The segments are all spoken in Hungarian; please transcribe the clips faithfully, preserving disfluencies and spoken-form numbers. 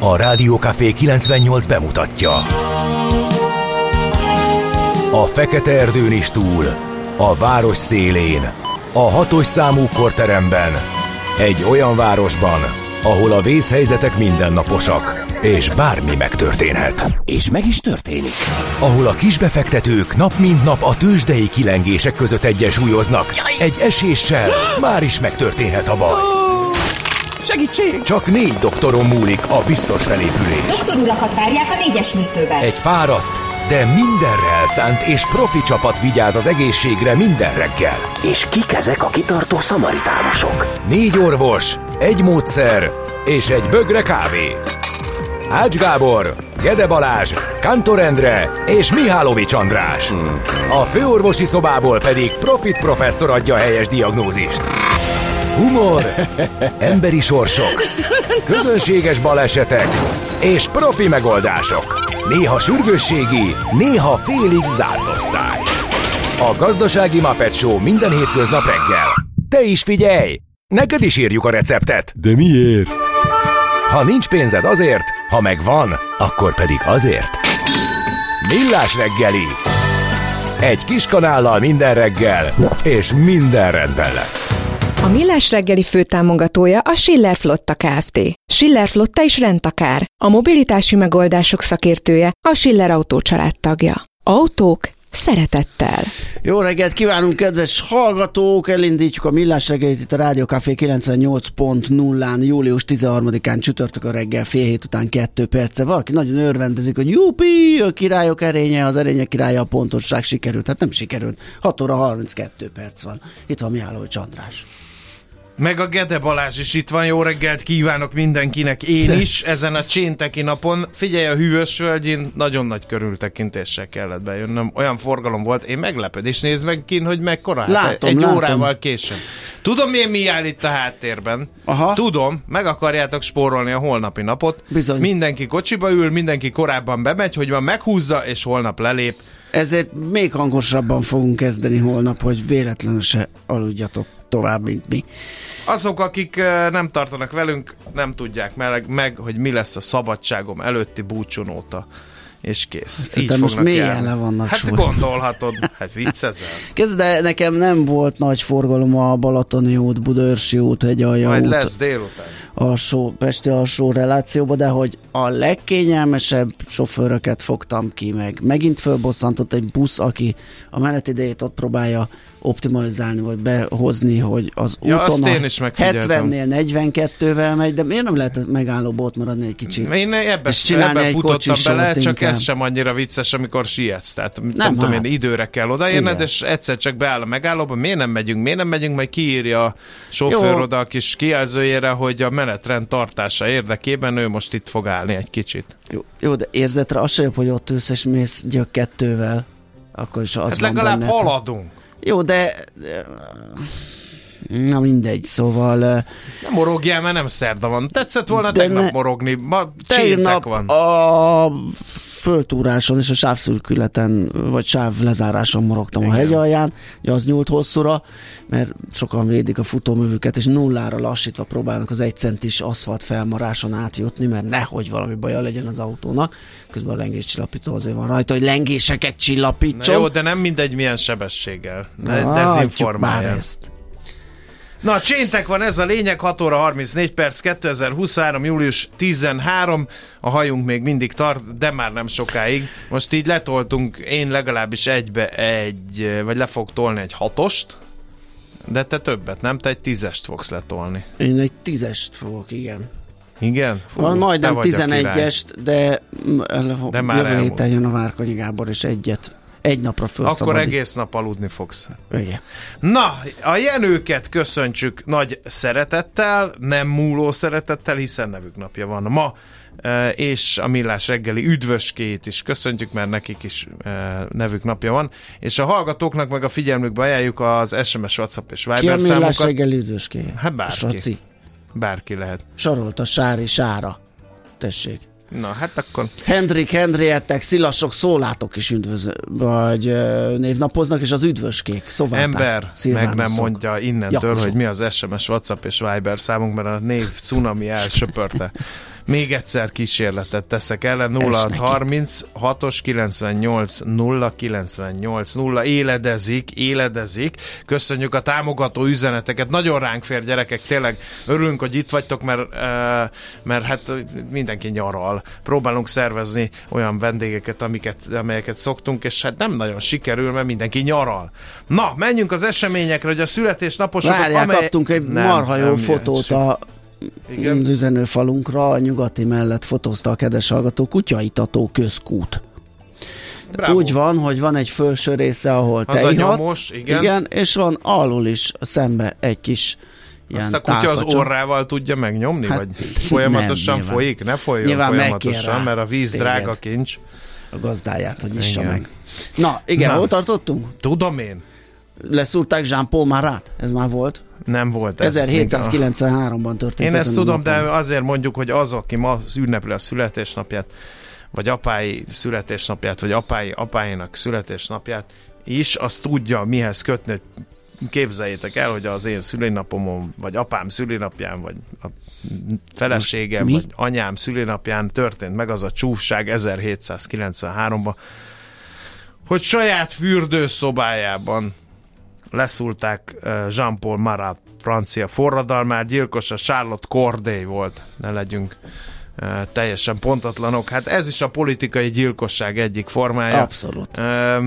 A Rádió Café kilencvennyolc bemutatja. A fekete erdőn is túl, a város szélén, a hatos számú korteremben, egy olyan városban, ahol a vészhelyzetek mindennaposak, és bármi megtörténhet. És meg is történik. Ahol a kisbefektetők nap mint nap a tőzsdei kilengések között egyensúlyoznak. Egy eséssel már is megtörténhet a baj. Segítség! Csak négy doktoron múlik a biztos felépülés. Doktor urakat várják a négyes műtőben. Egy fáradt, de mindenre elszánt és profi csapat vigyáz az egészségre minden reggel. És kik ezek a kitartó szamaritánusok? Négy orvos, egy módszer és egy bögre kávé. Ács Gábor, Gede Balázs, Kantor Endre és Mihálovics András. A főorvosi szobából pedig Profit professzor adja a helyes diagnózist. Humor, emberi sorsok, közönséges balesetek és profi megoldások. Néha sürgősségi, néha félig zárt osztály. A Gazdasági Muppet Show minden hétköznap reggel. Te is figyelj! Neked is írjuk a receptet. De miért? Ha nincs pénzed azért, ha megvan, akkor pedig azért. Millás reggeli. Egy kis kanállal minden reggel, és minden rendben lesz. A Millás reggeli főtámogatója a Schiller Flotta Kft. Schiller Flotta is rendtakár. A mobilitási megoldások szakértője, a Schiller Autó család tagja. Autók szeretettel. Jó reggelt kívánunk, kedves hallgatók! Elindítjuk a Millás reggelit itt a Rádió Café kilencvennyolc pont nullán, július tizenharmadikán csütörtökön reggel fél hét után kettő perce. Valaki nagyon örvendezik, hogy jupi, a királyok erénye, az erények királya, a pontosság sikerült. Hát nem sikerült. hat óra harminckettő perc van. Itt van Mihálovics András. Meg a Gede Balázs is itt van, jó reggelt kívánok mindenkinek, én is, ezen a csénteki napon. Figyelj, a Hűvösvölgyén nagyon nagy körültekintéssel kellett bejönnöm, olyan forgalom volt, én meglepődés, nézd meg kin, hogy mekkora, látom, egy látom. órával későn. Tudom én, mi áll itt a háttérben. Aha. Tudom, meg akarjátok spórolni a holnapi napot. Bizony. Mindenki kocsiba ül, mindenki korábban bemegy, hogy ma meghúzza, és holnap lelép. Ezért még hangosabban fogunk kezdeni holnap, hogy véletlenül se aludjatok tovább, mint mi. Azok, akik nem tartanak velünk, nem tudják meg, meg hogy mi lesz a szabadságom előtti búcsún óta. És kész. Szerintem most mélyen le vannak Hát súlyban. Gondolhatod, hát viccezel. Kezd, de nekem nem volt nagy forgalom a Balatoni út, Budaörsi út, Hegyalja Majd út. lesz délután. Alsó, Pesti alsó relációba, de hogy a legkényelmesebb sofőröket fogtam ki, meg megint fölbosszantott egy busz, aki a menetidejét ott próbálja optimalizálni, vagy behozni, hogy az Ja, úton a hetvennél negyvenkettővel megy, de miért nem lehet megállóba ott maradni egy kicsit? Én ebbe, ebbe futottam bele, csak inkább. Ez sem annyira vicces, amikor sietsz. Tehát nem, nem tudom hát. én, időre kell odaérned, és egyszer csak beáll a megállóba, miért nem megyünk, miért nem megyünk, majd kiírja a sofőr oda a kis kijelzőjére, hogy a menetrend tartása érdekében ő most itt fog állni egy kicsit. Jó, jó, de érzetre az se jobb, hogy ott ülsz és mész gyök kettővel, akkor is az hát van legalább benned. haladunk. Jó, de na mindegy, szóval nem morogjál, mert nem szerda van. Tetszett volna de tegnap ne, morogni, ma tegnap van. A föltúráson és a sávszürkületen, vagy sávlezáráson morogtam. Igen. A hegy alján, hogy az nyúlt hosszúra, mert sokan védik a futóművüket, és nullára lassítva próbálnak az egy centis aszfalt felmaráson átjutni, mert nehogy valami baja legyen az autónak. Közben a lengéscsillapító azért van rajta, hogy lengéseket csillapítson. Na jó, de nem mindegy milyen sebességgel. Ne Na, dezinformálja. ezt. Na, cséntek van, ez a lényeg, hat óra harmincnégy perc, kétezer-huszonhárom. július tizenharmadika, a hajunk még mindig tart, de már nem sokáig. Most így letoltunk, én legalábbis egybe egy, vagy le fog tolni egy hatost, de te többet, nem? Te egy tízest fogsz letolni. Én egy tízest fogok, igen. Igen? Fú, Van majdnem tizenegyest, de, de már jövő elmúlt. héten jön a Várkonyi Gábor, és egyet. Egy napra felszabadít. Akkor egész nap aludni fogsz. Igen. Na, a Jenőket köszöntsük nagy szeretettel, nem múló szeretettel, hiszen nevük napja van ma, és a Millás reggeli üdvöskét is köszöntjük, mert nekik is nevük napja van, és a hallgatóknak meg a figyelmükbe ajánljuk az es em es, WhatsApp és Viber számokat. Ki a Millás reggeli üdvöskéje? Hát bárki. Saci. Bárki lehet. Sarolt a Sári Sára. Tessék. Na, hát akkor... Hendrik, Henriettek, Szilasok, Szólátok is üdvözl, vagy uh, névnapoznak, és az üdvöskék. Szóval ember meg nem mondja innentől, Jakosok. hogy mi az es em es, WhatsApp és Viber számunk, mert a név cunami elsöpörte Még egyszer kísérletet teszek ellen. nulla hat harminc hatos kilencvennyolc nulla kilencvennyolc nulla éledezik, éledezik. Köszönjük a támogató üzeneteket. Nagyon ránk fér, gyerekek, tényleg örülünk, hogy itt vagytok, mert, mert hát mindenki nyaral. Próbálunk szervezni olyan vendégeket, amiket, amelyeket szoktunk, és hát nem nagyon sikerül, mert mindenki nyaral. Na, menjünk az eseményekre, hogy a születésnaposokat... Várjál, amely... kaptunk egy nem, marha jó nem fotót a igen? üzenőfalunkra, a nyugati mellett fotózta a kedves hallgató, kutyaitató közkút. Bravo. Úgy van, hogy van egy felső része, ahol az te ihatsz, nyomos, igen. igen, és van alul is szembe egy kis ilyen azt a kutya tálkacson. Az orrával tudja megnyomni, hát, vagy folyamatosan nem, folyik? Ne folyjon nyilván folyamatosan, mert a víz téged, drága kincs. A gazdáját, hogy nyissa meg. Na, igen, Na. hol tartottunk? Tudom én. Leszúrták Jean-Paul Marat? Ez már volt? Nem volt ez. ezerhétszágkilencvenháromban történt. Én ezt tudom, de azért mondjuk, hogy az, aki ma ünnepli a születésnapját, vagy apái születésnapját, vagy apái, apáinak születésnapját is, azt tudja mihez kötni, hogy képzeljétek el, hogy az én szülinapomon, vagy apám szülinapján, vagy a feleségem, Mi? vagy anyám szülinapján történt meg az a csúfság ezerhétszázkilencvenháromban, hogy saját fürdőszobájában leszúrták Jean-Paul Marat, francia forradalmár, gyilkos, a Charlotte Corday volt, ne legyünk uh, teljesen pontatlanok. Hát ez is a politikai gyilkosság egyik formája. Abszolút. Uh,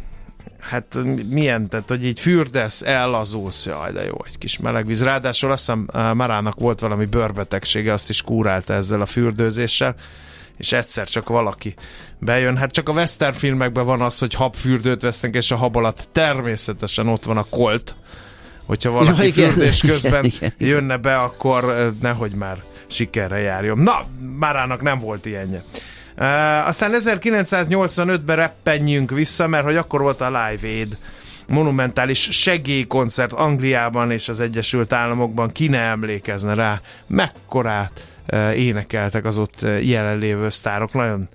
hát milyen, tehát, hogy így fürdesz, ellazulsz, jaj, de jó, egy kis melegvíz. Ráadásul azt hiszem uh, Marának volt valami bőrbetegsége, azt is kúrálta ezzel a fürdőzéssel, és egyszer csak valaki bejön. Hát csak a western filmekben van az, hogy habfürdőt vesznek, és a hab alatt természetesen ott van a kolt. Hogyha valaki ja, fürdés közben igen, igen, jönne be, akkor nehogy már sikerre járjon. Na, Márának nem volt ilyenje. Uh, aztán ezerkilencszáznyolcvanötben reppenjünk vissza, mert hogy akkor volt a Live Aid monumentális segélykoncert Angliában és az Egyesült Államokban. Ki ne emlékezne rá, mekkorát énekeltek az ott jelenlévő sztárok. Nagyon,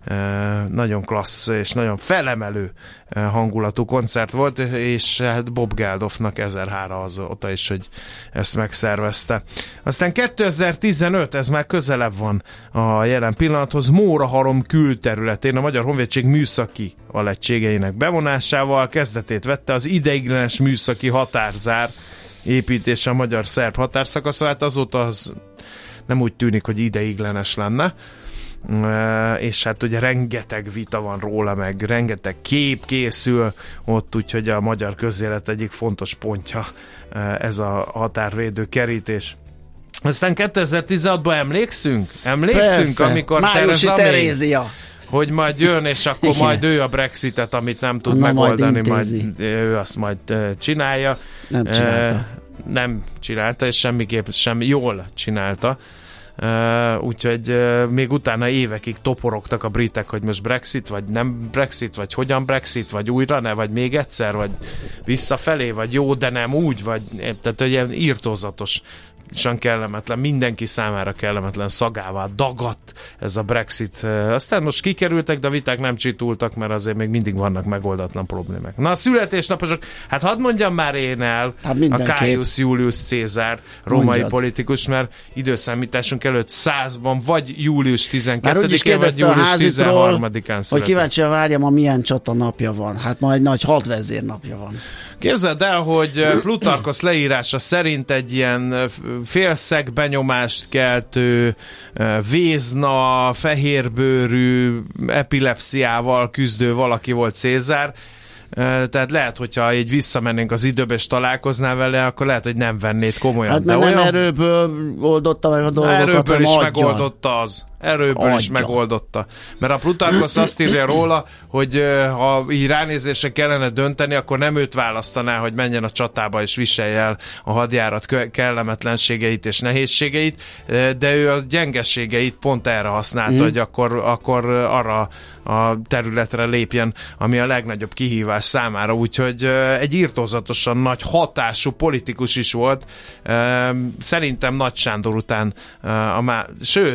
nagyon klassz és nagyon felemelő hangulatú koncert volt, és hát Bob Geldofnak ezer hála azóta is, hogy ezt megszervezte. Aztán kétezer-tizenöt, ez már közelebb van a jelen pillanathoz, Mórahalom külterületén a Magyar Honvédség műszaki alegységeinek bevonásával kezdetét vette az ideiglenes műszaki határzár építése a magyar-szerb határszakaszon. Hát azóta az nem úgy tűnik, hogy ideiglenes lenne, és hát ugye rengeteg vita van róla, meg rengeteg kép készül ott, úgyhogy a magyar közélet egyik fontos pontja ez a határvédő kerítés. Aztán kétezer-tizenhatban emlékszünk? Emlékszünk, persze, amikor Májusi Terézia, hogy majd jön, és akkor igen, majd ő a Brexitet, amit nem tud Na, megoldani, majd, majd ő azt majd csinálja. Nem csinálta. Nem csinálta, és semmiképp sem jól csinálta. Uh, úgyhogy uh, még utána évekig toporogtak a britek, hogy most Brexit, vagy nem Brexit, vagy hogyan Brexit, vagy újra ne, vagy még egyszer, vagy visszafelé, vagy jó, de nem úgy, vagy tehát egy ilyen írtózatos kellemetlen, mindenki számára kellemetlen szagává dagadt ez a Brexit. Aztán most kikerültek, de a viták nem csitultak, mert azért még mindig vannak megoldatlan problémák. Na a születésnaposok, hát hadd mondjam már én el hát a Caius Julius Caesar, római Mondjad. politikus, mert időszámításunk előtt százban vagy július tizenkettedikén, vagy július tizenharmadikán született. Hogy kíváncsi várjam, a milyen csata napja van. Hát majd nagy hadvezér napja van. Képzeld el, hogy Plutarkosz leírása szerint egy ilyen félszeg benyomást keltő, vézna, fehérbőrű, epilepsziával küzdő valaki volt Cézár. Tehát lehet, hogyha így visszamennénk az időbe és találkoznál vele, akkor lehet, hogy nem vennéd komolyan. Hát mert de nem olyan... erőből oldotta meg a dolgokat, erőből is adja. megoldotta az. Erőből adja. is megoldotta. Mert a Plutarkosz azt írja róla, hogy ha így ránézésre kellene dönteni, akkor nem őt választaná, hogy menjen a csatába és viselje el a hadjárat kellemetlenségeit és nehézségeit, de ő a gyengeségeit pont erre használta, mm. hogy akkor, akkor arra a területre lépjen, ami a legnagyobb kihívás számára, úgyhogy egy irtózatosan nagy hatású politikus is volt. Szerintem Nagy Sándor után, a má... sőt,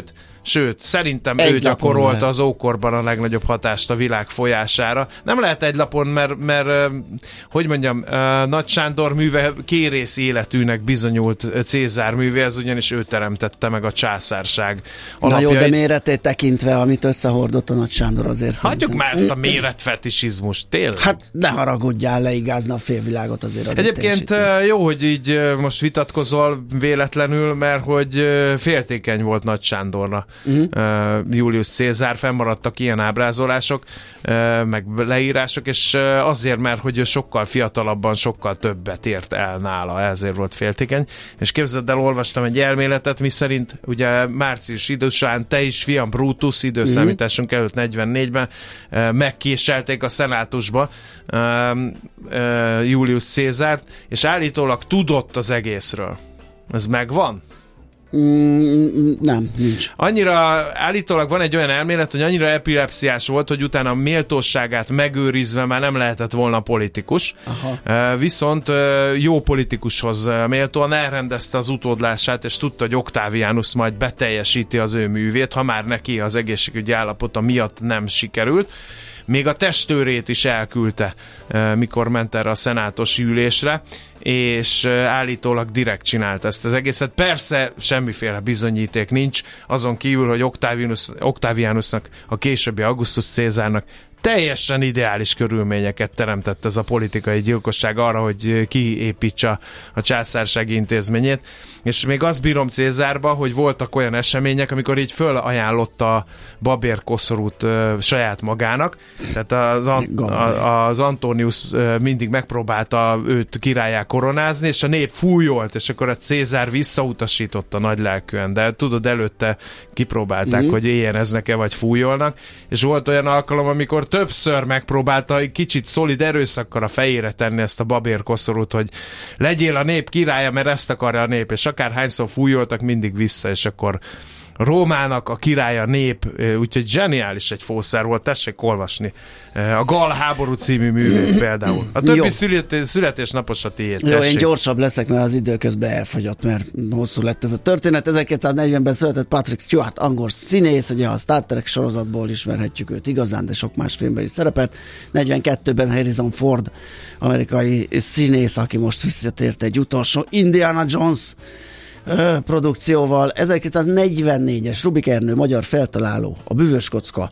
Sőt, szerintem egy ő gyakorolta lehet. az ókorban a legnagyobb hatást a világ folyására. Nem lehet egy lapon, mert, mert hogy mondjam, Nagy Sándor műve kérész életűnek bizonyult Cézár művéhez, ugyanis ő teremtette meg a császárság alapjait. Na jó, de méretét tekintve, amit összehordott a Nagy Sándor, azért hagyjuk szerintem. már ezt a méretfetisizmust, tényleg. Hát ne haragudjál, leigázna a félvilágot azért. azért Egyébként teljesíteni. jó, hogy így most vitatkozol véletlenül, mert hogy féltékeny volt Nagy Sándorra uh-huh. Julius Cézár, fennmaradtak ilyen ábrázolások, meg leírások, és azért, mert hogy ő sokkal fiatalabban, sokkal többet ért el nála, ezért volt féltékeny. És képzeld el, olvastam egy elméletet, miszerint ugye március idősán te is, fiam, Brutus, időszámításunk előtt negyvennégyben megkéselték a szenátusba Julius Cézárt, és állítólag tudott az egészről. Ez megvan? Mm, nem, nincs. Annyira, állítólag van egy olyan elmélet, hogy annyira epilepsziás volt, hogy utána a méltóságát megőrizve már nem lehetett volna politikus. Aha. Viszont jó politikushoz méltóan elrendezte az utódlását, és tudta, hogy Octavianus majd beteljesíti az ő művét, ha már neki az egészségügyi állapota miatt nem sikerült. Még a testőrét is elküldte, mikor ment erre a szenátusi ülésre, és állítólag direkt csinált ezt az egészet. Persze semmiféle bizonyíték nincs, azon kívül, hogy Octavianus, Octavianusnak, a későbbi Augustus Cézárnak teljesen ideális körülményeket teremtett ez a politikai gyilkosság arra, hogy kiépítse a császársági intézményét. És még azt bírom Cézárba, hogy voltak olyan események, amikor így fölajánlotta a babérkoszorút uh, saját magának. Tehát az, An- a, az Antonius uh, mindig megpróbálta őt királlyá koronázni, és a nép fújolt, és akkor a Cézár visszautasította nagylelkűen. De tudod, előtte kipróbálták, mm-hmm. hogy éjjeneznek-e, vagy fújolnak. És volt olyan alkalom, amikor többször megpróbálta egy kicsit szolid erőszakkal a fejére tenni ezt a babérkoszorút, hogy legyél a nép királya, mert ezt akarja a nép, és akárhányszor fújoltak, mindig vissza, és akkor Rómának a királya nép, úgyhogy zseniális egy fószer volt, tessék olvasni. A Gal háború című művét például. A többi születés, születésnapos a tiéd, Jó, én gyorsabb leszek, mert az idő közben elfogyott, mert hosszú lett ez a történet. ezerkilencszáznegyvenben született Patrick Stewart, angol színész, ugye a Star Trek sorozatból ismerhetjük őt igazán, de sok más filmben is szerepelt. negyvenkettőben Harrison Ford, amerikai színész, aki most visszatért egy utolsó Indiana Jones produkcióval. ezerkilencszáznegyvennégyes Rubik Ernő, magyar feltaláló, a Bűvös kocka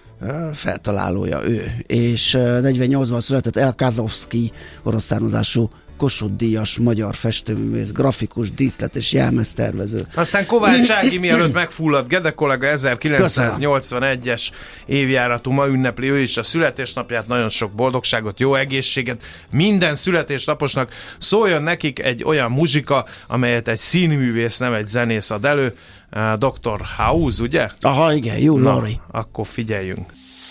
feltalálója ő, és negyvennyolcban született El Kazowski, orosz származású Kossuth-díjas magyar festőművész, grafikus, díszlet és jelmeztervező. Aztán Kovács Ági mielőtt megfulladt, Gede kollega ezerkilencszáznyolcvanegyes évjáratú ma ünnepli ő is a születésnapját, nagyon sok boldogságot, jó egészséget minden születésnaposnak. Szóljon nekik egy olyan muzsika, amelyet egy színművész, nem egy zenész ad elő, doktor House, ugye? Aha, igen, jó, Lori. Akkor figyeljünk.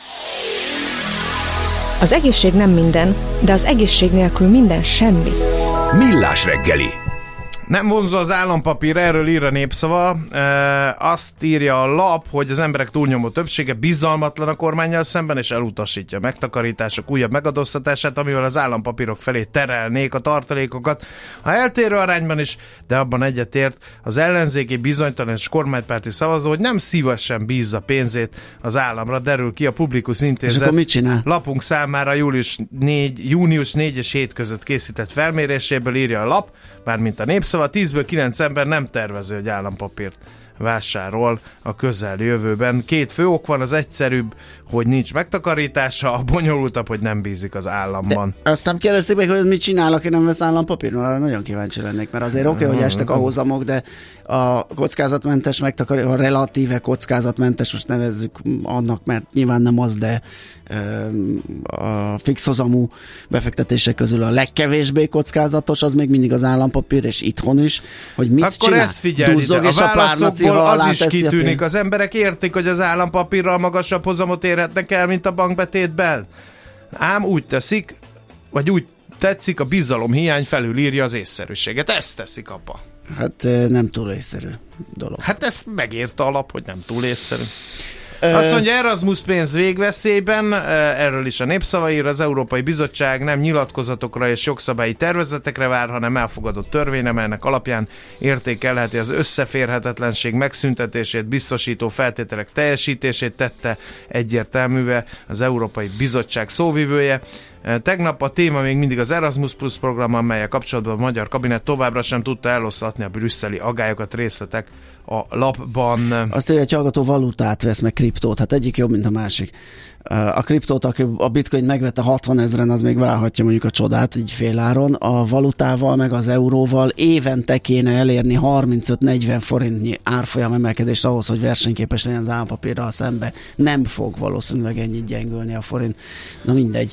Az egészség nem minden, de az egészség nélkül minden semmi. Millás reggeli. Nem vonzó az állampapír, erről ír a Népszava. E, azt írja a lap, hogy az emberek túlnyomó többsége bizalmatlan a kormánnyal szemben, és elutasítja a megtakarítások újabb megadóztatását, amivel az állampapírok felé terelnék a tartalékokat. A eltérő arányban is, de abban egyetért az ellenzéki bizonytalan és kormánypárti szavazó, hogy nem szívesen bízza pénzét az államra, derül ki a Publikus Intézet lapunk számára július négy, június négy és hét között készített felméréséből, írja a lap, mármint a Népszava, tízből kilenc ember nem tervező, hogy állampapírt vásárol a közeljövőben. Két fő ok van, az egyszerűbb, hogy nincs megtakarítása, a bonyolultabb, hogy nem bízik az államban. De azt nem kérdezték meg, hogy mit csinál, aki nem vesz állampapírt? Mert nagyon kíváncsi lennék, mert azért oké, okay, hogy estek a hozamok, de a kockázatmentes megtakarítás, a relatíve kockázatmentes, most nevezzük annak, mert nyilván nem az, de a fix hozamú befektetések közül a legkevésbé kockázatos, az még mindig az állampapír, és itthon is, hogy mit Akkor csinál. Ezt figyeld ide. A válaszokból az is kitűnik, az emberek értik, hogy az állampapírral magasabb hozamot érhetnek el, mint a bankbetétben. Ám úgy teszik, vagy úgy tetszik, a bizalomhiány felülírja az észszerűséget. Ezt teszik abba. Hát nem túl észszerű dolog. Hát ezt megírta a lap, hogy nem túl észszerű. Azt mondja, Erasmus pénz végveszélyben, erről is a Népszava ír, az Európai Bizottság nem nyilatkozatokra és jogszabályi tervezetekre vár, hanem elfogadott törvényre, melynek alapján értékelheti az összeférhetetlenség megszüntetését, biztosító feltételek teljesítését, tette egyértelművé az Európai Bizottság szóvivője. Tegnap a téma még mindig az Erasmus Plus program, amelyel kapcsolatban a magyar kabinet továbbra sem tudta eloszlatni a brüsszeli aggályokat, részletek a lapban. Azt írja, hogy hallgató valutát vesz, meg kriptót, hát egyik jobb, mint a másik. A kriptót, aki a bitcoin megvette hatvan ezren, az még válhatja mondjuk a csodát, így féláron. A valutával, meg az euróval évente kéne elérni harmincöt-negyven forintnyi árfolyam emelkedést ahhoz, hogy versenyképes legyen az állampapírral szembe. Nem fog valószínűleg ennyit gyengülni a forint. Na mindegy.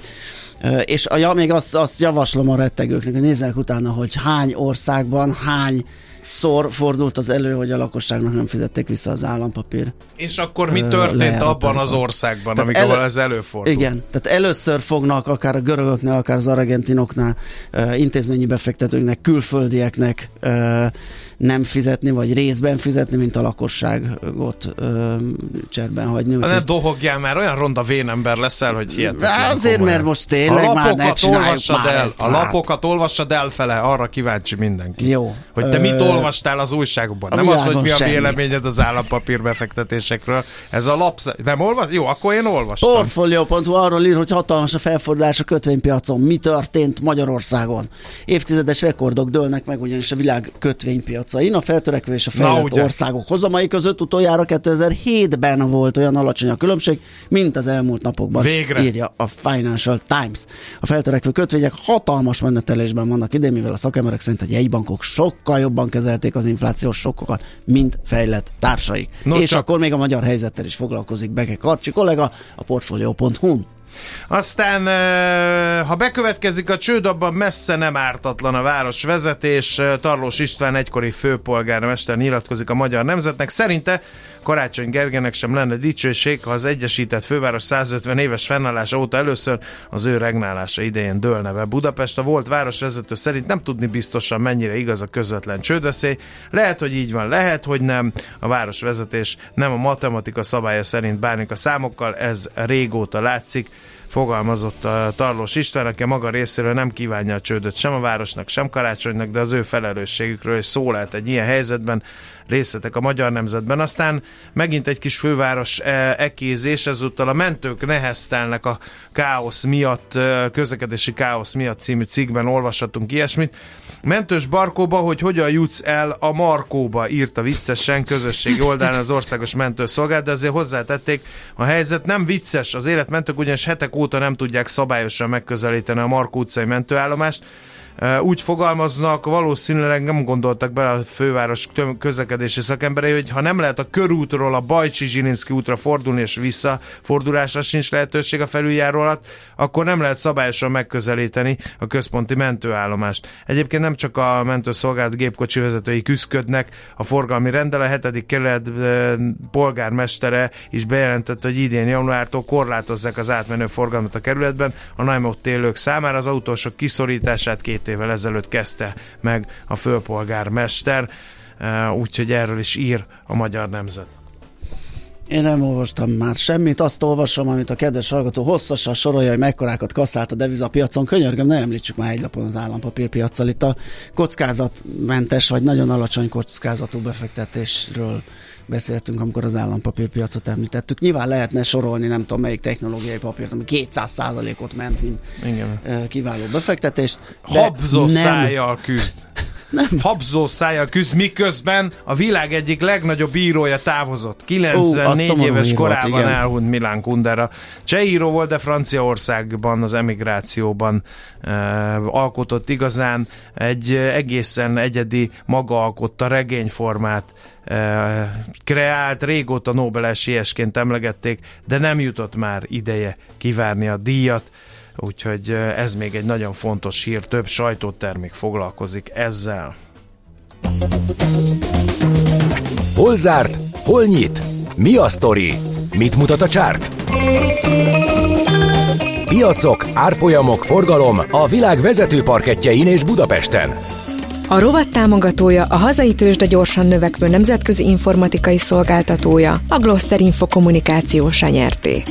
És ja, még azt, azt javaslom a rettegőknek, hogy nézzenek utána, hogy hány országban, hány szor fordult az elő, hogy a lakosságnak nem fizették vissza az állampapír. És akkor mi történt abban az országban, tehát amikor elő, ez előfordult? Igen, tehát először fognak akár a görögöknél, akár az argentinoknál, uh, intézményi befektetőknek, külföldieknek uh, nem fizetni, vagy részben fizetni, mint a lakosságot uh, cserben hagyni. Ne dohogjál már, olyan ronda vénember leszel, hogy hihetetlen. Azért, komolyan. Mert most tényleg már ne csináljuk már el, ezt. A lapokat olvassad elfele, arra kíváncsi mindenki. Jó. Hogy te uh, mit olvastál az újságokban. Nem az, hogy mi a semmit. Véleményed az állampapír befektetésekről. Ez a lap... Nem olvas? Jó, akkor én olvastam. Portfolio pont hu arról ír, hogy hatalmas a felfordulás a kötvénypiacon. Mi történt Magyarországon? Évtizedes rekordok dőlnek meg ugyanis a világ kötvénypiacain. A feltörekvő és a fejlett országok hozamai között utoljára kétezer-hétben volt olyan alacsony a különbség, mint az elmúlt napokban. Végre. Írja a Financial Times. A feltörekvő kötvények hatalmas menetelésben vannak idén, mivel a szakemberek szerint a jegybankok sokkal jobban kezelték az inflációs sokkokat, mint fejlett társaik. No, és csak... akkor még a magyar helyzettel is foglalkozik Beke Karcsi kollega a portfolio pont hu-n. Aztán, ha bekövetkezik a csőd, abban messze nem ártatlan a városvezetés. Tarlós István egykori főpolgármester nyilatkozik a Magyar Nemzetnek. Szerinte Karácsony Gergelynek sem lenne dicsőség, ha az egyesített főváros százötven éves fennállása óta először az ő regnálása idején dőlne be. Budapest a volt városvezető szerint nem tudni biztosan, mennyire igaz a közvetlen csődveszély. Lehet, hogy így van, lehet, hogy nem. A városvezetés nem a matematika szabálya szerint bánik a számokkal, ez régóta látszik. Fogalmazott a Tarlós István, aki maga részéről nem kívánja a csődöt sem a városnak, sem Karácsonynak, de az ő felelősségükről is szó lehet egy ilyen helyzetben. Részletek a Magyar Nemzetben. Aztán megint egy kis főváros ekézés, ezúttal a mentők neheztelnek a káosz miatt, közlekedési káosz miatt című cikkben olvashatunk ilyesmit. Mentős Barkóba, hogy hogyan jutsz el a Markóba, írta viccesen közösségi oldalán az Országos Mentőszolgálat, de azért hozzátették, a helyzet nem vicces, az életmentők ugyanis hetek óta nem tudják szabályosan megközelíteni a Markó utcai mentőállomást. Úgy fogalmaznak, valószínűleg nem gondoltak bele a főváros közlekedési szakemberei, hogy ha nem lehet a körútról a Bajcsi-Zsilinszky útra fordulni és visszafordulásra sincs lehetőség a felüljáró alatt, akkor nem lehet szabályosan megközelíteni a központi mentőállomást. Egyébként nem csak a mentőszolgálat gépkocsi vezetői küszködnek a forgalmi renddel, a hetedik kerület polgármestere is bejelentette, hogy idén januártól korlátozzák az átmenő forgalmat a kerületben a nem ott élők számára. Az autósok kiszorítását két évvel ezelőtt kezdte meg a főpolgármester, úgyhogy erről is ír a Magyar Nemzet. Én nem olvastam már semmit, azt olvasom, amit a kedves hallgató hosszasan sorolja, hogy mekkorákat kasszált a devizapiacon. Könyörgöm, ne említsük már egy lapon az állampapírpiacsal. Itt a kockázatmentes vagy nagyon alacsony kockázatú befektetésről beszéltünk, amikor az állampapírpiacot említettük. Nyilván lehetne sorolni, nem tudom melyik technológiai papírt, ami kétszáz százalékot ment, mint igen. Kiváló befektetést. Habzó szájjal küzd. Nem. Habzó szájjal küzd, miközben a világ egyik legnagyobb írója távozott. kilencvennégy Ó, éves korában volt, elhunyt Milán Kundera. Cseh író volt, de Franciaországban az emigrációban uh, alkotott igazán egy uh, egészen egyedi, maga alkotta regényformát uh, kreált, régóta Nobel-esélyesként emlegették, de nem jutott már ideje kivárni a díjat. Úgyhogy ez még egy nagyon fontos hír, több sajtótermék foglalkozik ezzel. Hol zárt? Hol nyit? Mi a sztori? Mit mutat a csárt? Piacok, árfolyamok, forgalom a világ vezető parkettjein és Budapesten. A rovat támogatója a hazai tőzsde gyorsan növekvő nemzetközi informatikai szolgáltatója, a Gloster Info Kommunikáció Nyerté.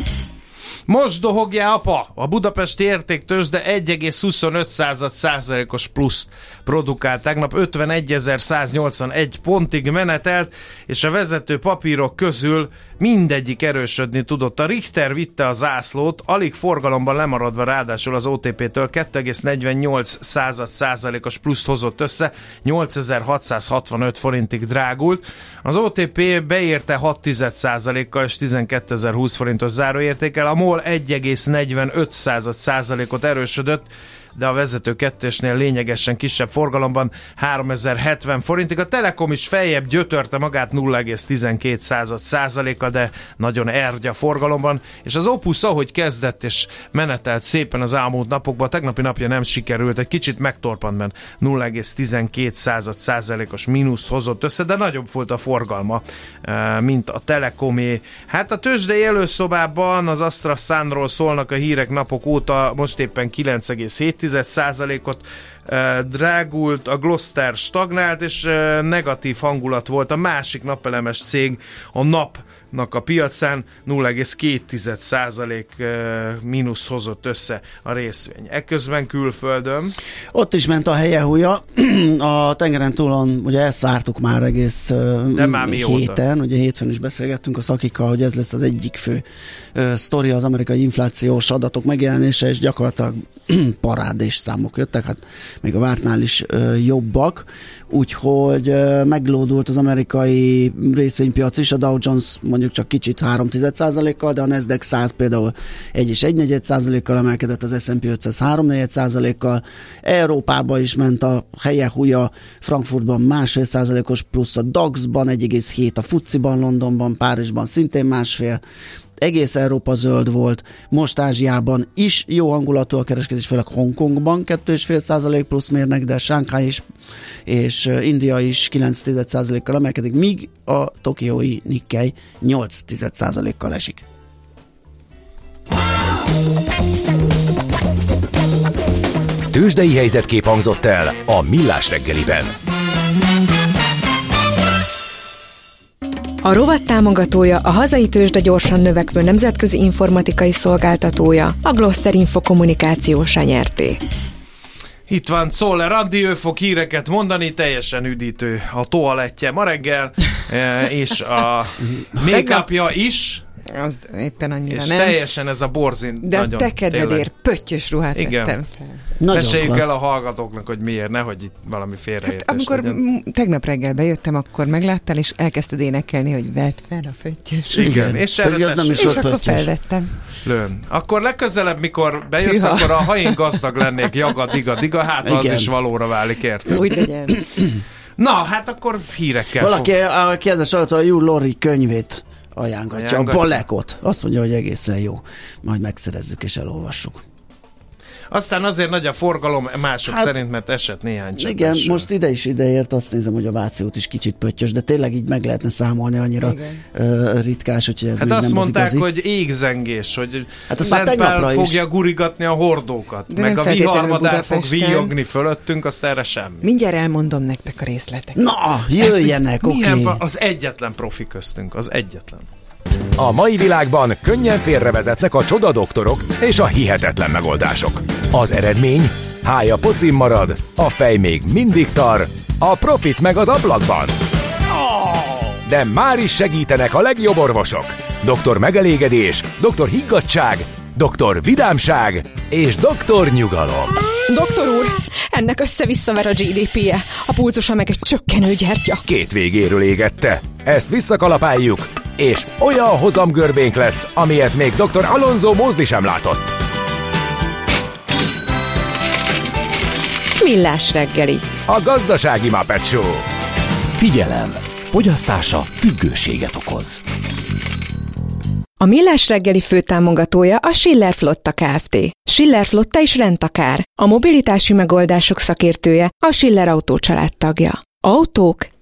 Most dohogjál, apa! A budapesti értéktőzsde egy egész huszonöt százalékos pluszt produkált. Tegnap ötvenegyezer-száznyolcvanegy pontig menetelt, és a vezető papírok közül mindegyik erősödni tudott. A Richter vitte a zászlót, alig forgalomban lemaradva, ráadásul az o té pé-től két egész negyvennyolc százalékos pluszt hozott össze, nyolcezer-hatszázhatvanöt forintig drágult. Az o té pé beérte hat százalékkal és tizenkétezer-húsz forintos záróértékkel, a MOL egy egész negyvenöt százalékot erősödött, de a vezető kettősnél lényegesen kisebb forgalomban háromezer-hetven forintig. A Telekom is feljebb gyötörte magát nulla egész tizenkét százaléka, de nagyon ergy a forgalomban, és az Opus, ahogy kezdett és menetelt szépen az elmúlt napokban, a tegnapi napja nem sikerült, egy kicsit megtorpant, mert nulla egész tizenkét százalékos mínusz hozott össze, de nagyobb volt a forgalma, mint a Telekomé. Hát a tőzsdei előszobában az AstraZeneca-ról szólnak a hírek napok óta, most éppen kilenc egész hét százalékot drágult, a Gloster stagnált, és negatív hangulat volt a másik napelemes cég a napnak a piacán, nulla egész két százalék mínuszt hozott össze a részvény. Ekközben külföldön. Ott is ment a helye-húja. A tengeren túlon, ugye ezt vártuk már egész már héten, ugye hétfőn is beszélgettünk a szakikkal, hogy ez lesz az egyik fő uh, sztori, az amerikai inflációs adatok megjelenése, és gyakorlatilag parádés számok jöttek, hát még a vártnál is uh, jobbak, úgyhogy uh, meglódult az amerikai részvénypiac is, a Dow Jones mondjuk csak kicsit három százalékkal, de a Nasdaq száz például egy és egy negyed százalékkal emelkedett, az es and pé ötszáz három negyed százalékkal, Európában is ment a helye-húja, Frankfurtban másfél százalékos plusz, a daxban egy egész hét, a futsiban, Londonban, Párizsban szintén másfél, egész Európa zöld volt, most Ázsiában is jó hangulatú a kereskedés, főleg Hongkongban két egész öt százalék plusz mérnek, de Shanghai is és India is kilenc százalékkal emelkedik, míg a tokiói Nikkei nyolc százalékkal esik. Tőzsdei helyzetkép hangzott el a Millás reggeliben. A rovat támogatója a hazai tőzsde gyorsan növekvő nemzetközi informatikai szolgáltatója, a Gloster Info Kommunikáció Nyerté. Itt van Czoller Andi, ő fog híreket mondani, teljesen üdítő a toalettje ma reggel, és a make-upja is. Az éppen annyira és nem. teljesen ez a borzin. De nagyon, te kedvedért pöttyös ruhát igen. vettem fel. Meséljük el a hallgatóknak, hogy miért, nehogy itt valami félreértés hát, amikor legyen. Tegnap reggel bejöttem, akkor megláttál, és elkezdted énekelni, hogy vedd fel a pöttyös. Igen, igen. És, nem is és akkor felvettem. Lőn. Akkor legközelebb, mikor bejössz, Hűha. akkor a hain gazdag lennék, jaga, diga, diga, hát igen. Az is valóra válik, érted? Úgy legyen. Na, hát akkor hírekkel Valaki fog. a kedves hallgató a Hugh Laurie könyvét ajánlatja, Ajánlatja. a Balekot. Azt mondja, hogy egészen jó. Majd megszerezzük és elolvassuk. Aztán azért nagy a forgalom mások Hát, szerint, mert esett néhány cseppes. Igen, most ide is ideért, azt nézem, hogy a Váci út is kicsit pöttyös, de tényleg így meg lehetne számolni, annyira uh, ritkás, hogy ez Hát még azt nem mondták, az igazi. hogy égzengés, hogy Hát azt már Szent Pál tegnapra is. fogja gurigatni a hordókat, De meg nem a feltétlenül viharmadár fog Budapesten. víjogni fölöttünk, azt erre semmi. Mindjárt elmondom nektek a részletek. Na, jöjjenek, oké. Milyen Okay. va- az egyetlen profi köztünk, az egyetlen. A mai világban könnyen félrevezetnek a csodadoktorok és a hihetetlen megoldások. Az eredmény? Hája pocim marad, a fej még mindig tar, a profit meg az ablakban. De már is segítenek a legjobb orvosok. doktor Megelégedés, doktor Higgadtság, doktor Vidámság és doktor Nyugalom. Doktor úr, ennek össze-visszaver a gé dé pé-je, a pulzusa meg egy csökkenő gyertya. Két végéről égette. Ezt visszakalapáljuk, és olyan hozamgörbénk lesz, amilyet még doktor Alonso Mózdi sem látott. Millás reggeli. A gazdasági Muppet Show. Figyelem! Fogyasztása függőséget okoz. A Millás reggeli főtámogatója a Schiller Flotta Kft. Schiller Flotta is rendtakár. A mobilitási megoldások szakértője, a Schiller Autó család tagja. Autók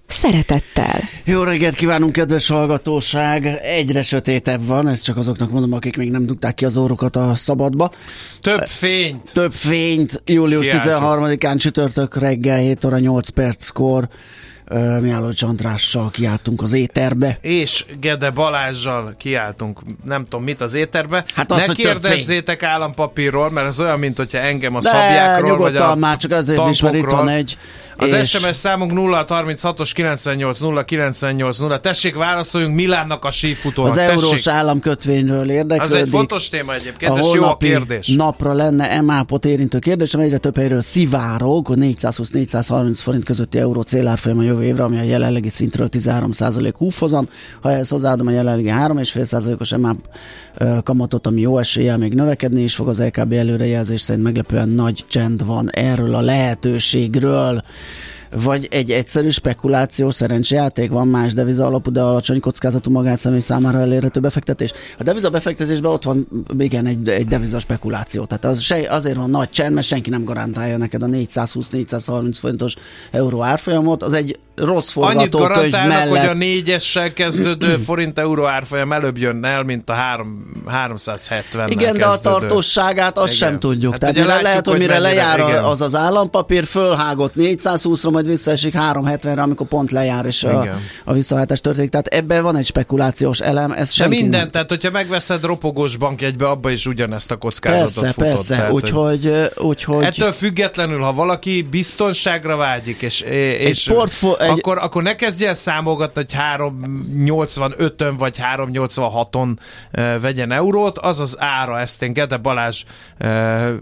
szeretettel. Jó reggelt kívánunk, kedves hallgatóság! Egyre sötétebb van, ezt csak azoknak mondom, akik még nem dugták ki az órukat a szabadba. Több fényt! Több fényt, július tizenharmadikán csütörtök reggel hét óra nyolc perckor uh, Mihálovics Andrással kiálltunk az éterbe. És Gede Balázsjal kiálltunk, nem tudom mit az éterbe. Hát az, ne hogy kérdezzétek állampapírról, mert ez olyan, mint hogyha engem a De szabjákról, vagy a már csak azért is, mert itt van egy. Az és... es em es számunk nulla harminchatos kilencvennyolc nulla kilencvennyolc nulla. Tessék, válaszoljunk Milánnak a sífutónak. Az Tessék. eurós államkötvényről érdeklődik. Az egy fontos téma egyébként, a és jó a kérdés. Napra lenne emápot érintő kérdés, ami egyre több helyről szivárog, négyszázhúsz négyszázharminc forint közötti euró célárfolyam a jövő évre, ami a jelenlegi szintről tizenhárom százalék húfozam. Ha ehhez hozzáadom a jelenlegi három egész öt százalékos emáp kamatot, ami jó eséllyel még növekedni is fog, az é ká bé előrejelzés szerint meglepően nagy csend van erről a lehetőségről. Vagy egy egyszerű spekuláció, szerencsejáték, van más deviza alapú, de alacsony kockázatú magánszemély számára elérhető befektetés. A deviza befektetésben ott van, igen, egy, egy deviza spekuláció. Tehát az se, azért van nagy csend, mert senki nem garantálja neked a négyszázhúsz négyszázharminc forintos euró árfolyamot. Az egy rossz forgatókönyv mellett. Hogy a négyessel kezdődő forint-euró árfolyam előbb jön el, mint a háromszázhetven. Igen, de a tartóságát azt igen. sem tudjuk. Hát Tehát mire látjuk, lehet, hogy mire mennyire, lejár igen. az az állampapír, fölhágott négyszázhúszra, majd visszaesik háromszázhetvenre, amikor pont lejár, és a, a visszaváltás történik. Tehát ebben van egy spekulációs elem. Ez de minden, nem... tehát hogyha megveszed ropogós bankjegybe, abba is ugyanezt a kockázatot persze, futod. Persze, tehát, úgyhogy, úgyhogy... Ettől függetlenül, ha valaki biztonságra vágyik, és, és portfó- egy... akkor, akkor ne kezdj el számolgatni, hogy háromszáznyolcvanötön vagy háromszáznyolcvanhaton uh, vegyen eurót, az az ára, ezt én Gede Balázs uh,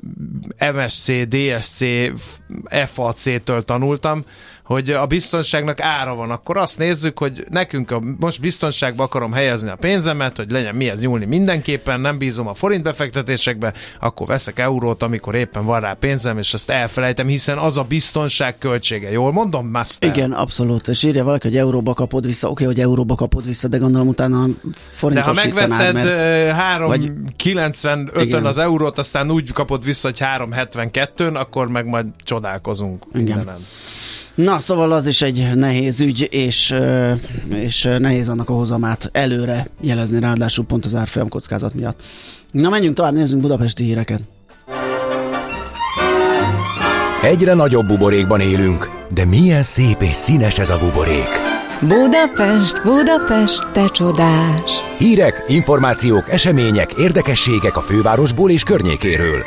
em es cé, dé es cé, ef á cé-től tanultam, hogy a biztonságnak ára van. Akkor azt nézzük, hogy nekünk a, most biztonságba akarom helyezni a pénzemet, hogy legyen mihez nyúlni mindenképpen, nem bízom a forint befektetésekbe, akkor veszek eurót, amikor éppen van rá pénzem, és ezt elfelejtem, hiszen az a biztonság költsége. Jól mondom, Master? Igen, abszolút. És írja valaki, hogy euróba kapod vissza. Oké, hogy euróba kapod vissza, de gondolom utána forintosítanád. De ha megvetted mert... három kilencvenötön az eurót, aztán úgy kapod vissza, hogy három hetvenkettőn, akkor meg majd csodálkozunk mindenem. Na, szóval az is egy nehéz ügy, és, és nehéz annak a hozamát előre jelezni, ráadásul pont az árfolyam kockázat miatt. Na, menjünk tovább, nézzünk budapesti híreket. Egyre nagyobb buborékban élünk, de milyen szép és színes ez a buborék. Budapest, Budapest, te csodás! Hírek, információk, események, érdekességek a fővárosból és környékéről.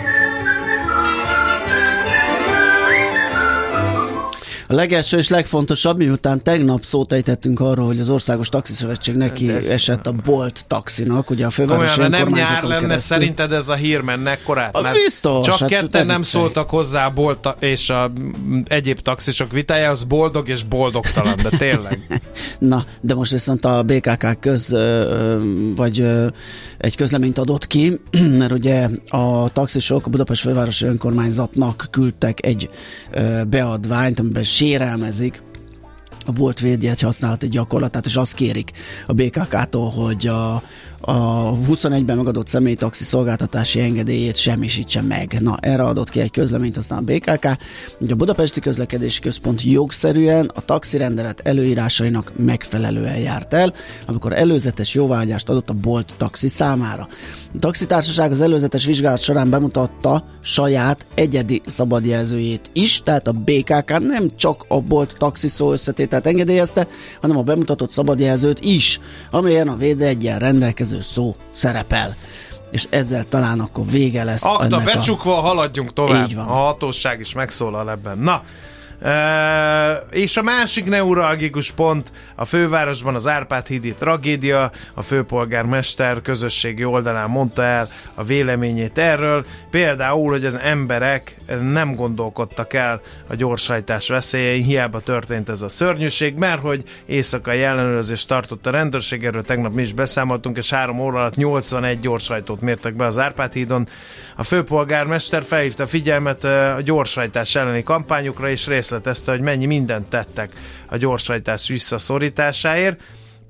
A legelső és legfontosabb, miután tegnap szót ejtettünk arról, hogy az Országos Taxiszövetség neki ez esett a Bolt taxinak, ugye a fővárosi önkormányzaton keresztül. Nem nyár lenne szerinted ez a hír menne korát? A biztos. Csak hát ketten nem szóltak hozzá a Bolt és a egyéb taxisok vitájához, boldog és boldogtalan, de tényleg. Na, de most viszont a bé ká ká köz, vagy egy közleményt adott ki, mert ugye a taxisok a Budapest Fővárosi Önkormányzatnak küldtek egy beadványt, amiben sérelmezik a Bolt védjegy használati gyakorlatát, és azt kérik a bé ká ká-tól, hogy a, a huszonegyben megadott személytaxi szolgáltatási engedélyét semmisítse meg. Na, erre adott ki egy közleményt aztán a bé ká ká, hogy a Budapesti Közlekedési Központ jogszerűen a taxirendelet előírásainak megfelelően járt el, amikor előzetes jóváhagyást adott a Bolt taxi számára. A taxitársaság az előzetes vizsgálat során bemutatta saját egyedi szabadjelzőjét is, tehát a bé ká ká nem csak a Bolt taxi szó összetételt engedélyezte, hanem a bemutatott szabadjelzőt is, amelyen a védjeggyel rendelkező szó szerepel. És ezzel talán akkor vége lesz. Akta becsukva, a... haladjunk tovább. A hatóság is megszólal ebben. Na, Uh, és a másik neuralgikus pont a fővárosban az Árpád-hídi tragédia. A főpolgármester közösségi oldalán mondta el a véleményét erről, például, hogy az emberek nem gondolkodtak el a gyorshajtás veszélyein, hiába történt ez a szörnyűség, mert hogy éjszakai ellenőrzést tartott a rendőrség, erről tegnap mi is beszámoltunk, és három óra alatt nyolcvanegy gyorshajtót mértek be az Árpád-hídon. A főpolgármester felhívta a figyelmet a gyorshajtás elleni kampányukra, és részletezte, hogy mennyi mindent tettek a gyorshajtás visszaszorításáért.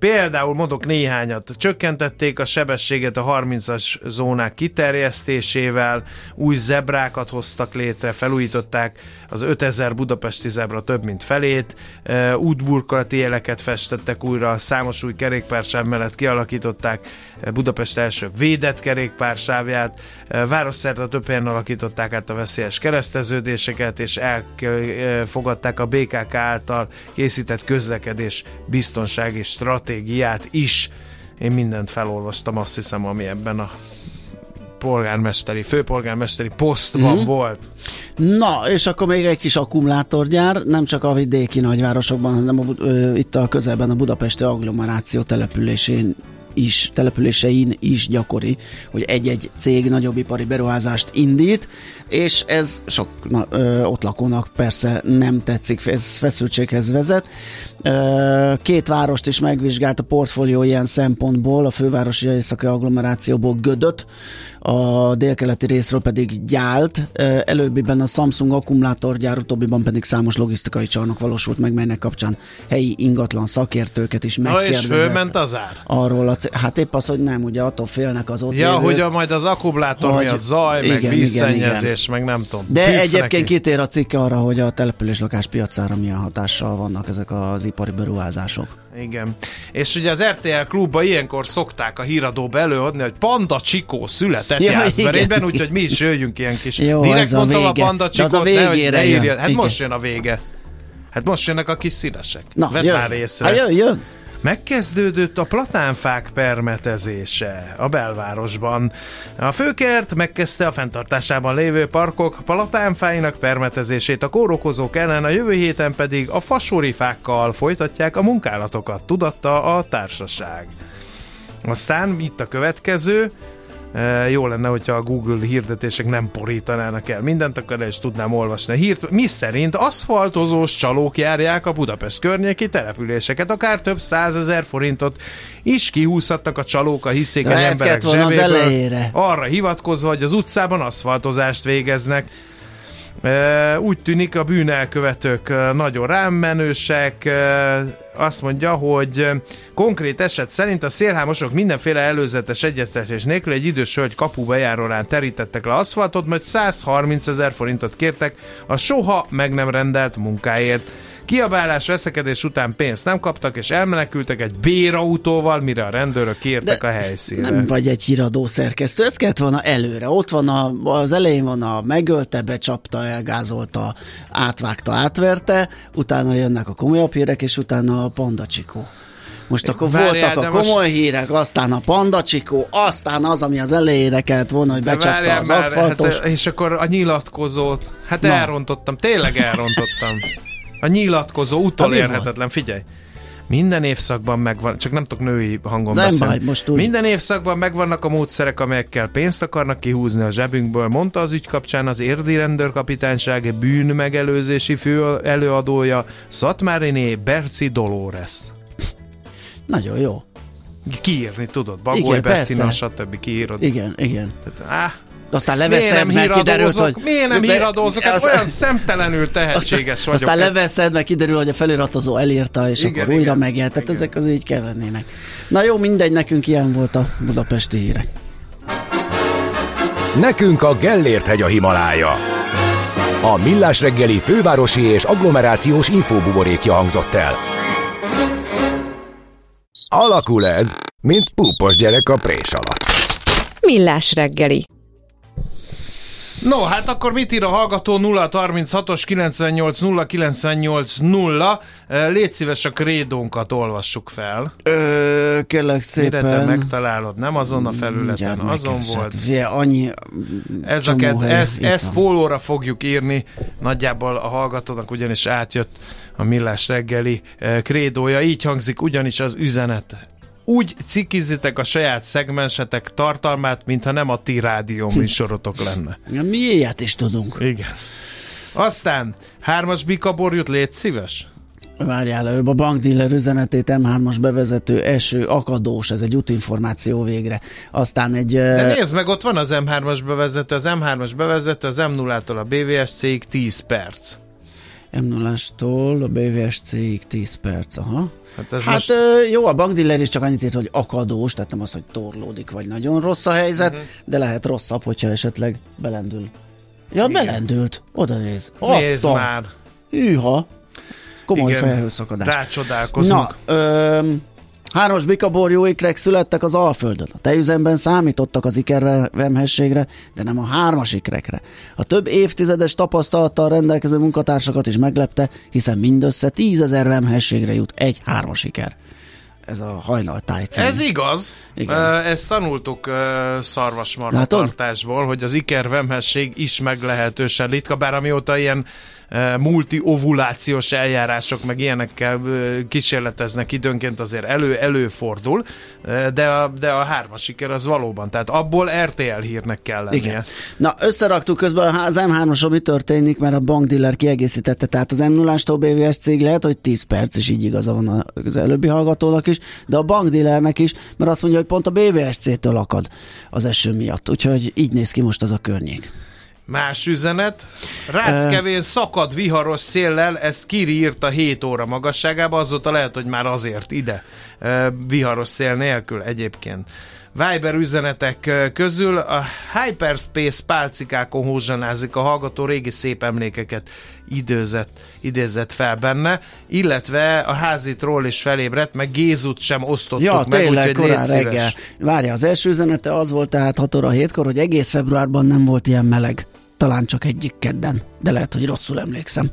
Például mondok néhányat. Csökkentették a sebességet a harmincas zónák kiterjesztésével, új zebrákat hoztak létre, felújították az ötezer budapesti zebra több mint felét, útburkolati jeleket festettek újra, számos új kerékpársáv mellett kialakították Budapest első védett kerékpársávját, városszerte több helyen alakították át a veszélyes kereszteződéseket, és elfogadták a bé ká ká által készített közlekedés biztonsági stratégiát is. Én mindent felolvastam, azt hiszem, ami ebben a polgármesteri, főpolgármesteri posztban mm-hmm. volt. Na, és akkor még egy kis akkumulátorgyár, nem csak a vidéki nagyvárosokban, hanem a, ö, itt a közelben a budapesti agglomeráció településén is, településein is gyakori, hogy egy-egy cég nagyobb ipari beruházást indít, és ez sok na, ö, ott lakónak persze nem tetszik, ez feszültséghez vezet. Ö, két várost is megvizsgált a portfólió ilyen szempontból, a fővárosi északi agglomerációból Gödöt, a délkeleti részről pedig Gyált, előbbiben a Samsung akkumulátorgyár, utóbbiban pedig számos logisztikai csarnok valósult meg, melynek kapcsán helyi ingatlan szakértőket is megkérdezett. Na és fölment az ár? Arról a c- hát épp az, hogy nem, ugye attól félnek az ott Ja, lévők, hogy a, majd az akkumulátor hogy, miatt zaj, igen, meg vízszennyezés, meg nem tudom. De egyébként neki. Kitér a cikk arra, hogy a település lakáspiacára milyen hatással vannak ezek az ipari beruházások. Igen. És ugye az er té el klubba ilyenkor szokták a híradóba előadni, hogy Panda Csikó született ja, Jászberényben, úgyhogy mi is jöjjünk ilyen kis... Jó, direkt a mondtam vége. a Panda Csikót, az a végére ne, jön. Hát igen. Most jön a vége. Hát most jönnek a kis színesek. Na, Vedd jön. már észre. Hát jön, jön. Megkezdődött a platánfák permetezése a belvárosban. A főkert megkezdte a fenntartásában lévő parkok platánfáinak permetezését, a kórokozók ellen, a jövő héten pedig a fasorifákkal folytatják a munkálatokat, tudatta a társaság. Aztán itt a következő, e, jó lenne, hogyha a Google hirdetések nem porítanának el mindent, akkor el is tudnám olvasni a hírt. Mi szerint aszfaltozós csalók járják a Budapest környéki településeket, akár több százezer forintot is kihúzhatnak a csalók a hiszékeny emberek zsebéből, arra hivatkozva, hogy az utcában aszfaltozást végeznek. Úgy tűnik, a bűnelkövetők nagyon rámmenősek. Azt mondja, hogy konkrét eset szerint a szélhámosok mindenféle előzetes egyeztetés nélkül egy idős hölgy kapubejáróján terítettek le aszfaltot, majd száz harminc ezer forintot kértek a soha meg nem rendelt munkáért. Kiabálás, veszekedés után pénzt nem kaptak, és elmenekültek egy bérautóval, mire a rendőrök kértek de a helyszínre. Nem vagy egy híradó szerkesztő, ez kellett volna előre. Ott van a, az elején van a megölte, becsapta, elgázolta, átvágta, átverte, utána jönnek a komolyabb hírek, és utána a Panda Csikó. Most akkor várjál, voltak a komoly most... hírek, aztán a Panda Csikó, aztán az, ami az elejére kellett volna, hogy becsapta az már, aszfaltos. Hát, és akkor a nyilatkozót, hát Na. elrontottam, tényleg elrontottam. A nyilatkozó utolérhetetlen, figyelj. Minden évszakban megvan, csak nem tudok női hangon nem beszélni. Baj, most úgy. Minden évszakban megvannak a módszerek, amelyekkel pénzt akarnak kihúzni a zsebünkből, mondta az ügy kapcsán az érdi rendőrkapitányság bűnmegelőzési fő előadója Szatmáriné Berci Dolores. Nagyon jó. Kiírni tudod, Bagoly Bettina, stb. Kiírod. Igen, igen. Tehát, áh, aztán leveszed, mert kiderült, hogy... Miért nem híradózok? Az... Olyan szemtelenül tehetséges aztán, vagyok. Aztán leveszed, mert kiderül, hogy a feliratozó elírta, és igen, akkor újra igen, megjelent. Tehát igen. ezek az így kell lennének. Na jó, mindegy, nekünk ilyen volt a budapesti hírek. Nekünk a Gellért-hegy a Himalája. A Millás reggeli fővárosi és agglomerációs infóbuborékja hangzott el. Alakul ez, mint púpos gyerek a prés alatt. Millás reggeli. No, hát akkor mit ír a hallgató? Nulla harminchatos kilencvennyolc nulla kilencvennyolc nulla. Légy szíves, a krédónkat olvassuk fel. Ö, kérlek szépen. Mire te megtalálod? Nem azon a felületen, azon volt. Fie, annyi Ez a ked, ez, ezt pólóra fogjuk írni. Nagyjából a hallgatónak ugyanis átjött a Millás reggeli krédója. Így hangzik ugyanis az üzenet. Úgy cikizzitek a saját szegmensetek tartalmát, mintha nem a ti rádió műsorotok lenne. Mi ilyet is tudunk. Igen. Aztán hármas bikaborjút, légy szíves. Várjál, előbb a bankdíler üzenetét, em hármas bevezető, eső, akadós, ez egy útinformáció végre. Aztán egy... De nézd meg, ott van az em hármas bevezető, az em hármas bevezető, az em nullától a bé vé es céig tíz perc. em nullától a bé vé es céig tíz perc, aha. Hát, ez hát most... ö, jó, a bankdiller is csak annyit írt, hogy akadós, tehát nem az, hogy torlódik, vagy nagyon rossz a helyzet, uh-huh. de lehet rosszabb, hogyha esetleg belendül. Ja, igen. Belendült, oda néz. Nézd már. Hűha. Komoly felhőszakadás. Rácsodálkozunk. Na, ö, hármas bikaborjú ikrek születtek az Alföldön. A tejüzemben számítottak az ikervemhességre, de nem a hármas ikrekre. A több évtizedes tapasztalattal rendelkező munkatársakat is meglepte, hiszen mindössze tízezer vemhességre jut egy hármas iker. Ez a hajnaltáj cím. Ez igaz. Igen. Ezt tanultuk szarvasmarha tartásból, hogy az ikervemhesség is meglehetősen ritka, bár amióta ilyen multi-ovulációs eljárások meg ilyenekkel kísérleteznek időnként, azért elő-előfordul, de a, de a hármas siker az valóban, tehát abból er té el hírnek kell lennie. Igen. Na, összeraktuk közben az em hármason mi történik, mert a bankdiller kiegészítette, tehát az em nullától bé vé es cég lehet, hogy tíz perc, és így igaza van az előbbi hallgatónak is, de a bankdillernek is, mert azt mondja, hogy pont a bé vé es cé-től akad az eső miatt, úgyhogy így néz ki most az a környék. Más üzenet. Ráckevén szakad viharos széllel, ezt Kiri írta hét óra magasságába, azóta lehet, hogy már azért ide viharos szél nélkül egyébként. Viber üzenetek közül a Hyperspace pálcikákon hózsanázik a hallgató, régi szép emlékeket időzett, idézett fel benne, illetve a házitról is felébredt, meg Gézut sem osztottuk ja, meg, tényleg, úgyhogy légy szíves. Várja, az első üzenete az volt tehát hat óra hétkor, hogy egész februárban nem volt ilyen meleg. Talán csak egyik kedden, de lehet, hogy rosszul emlékszem.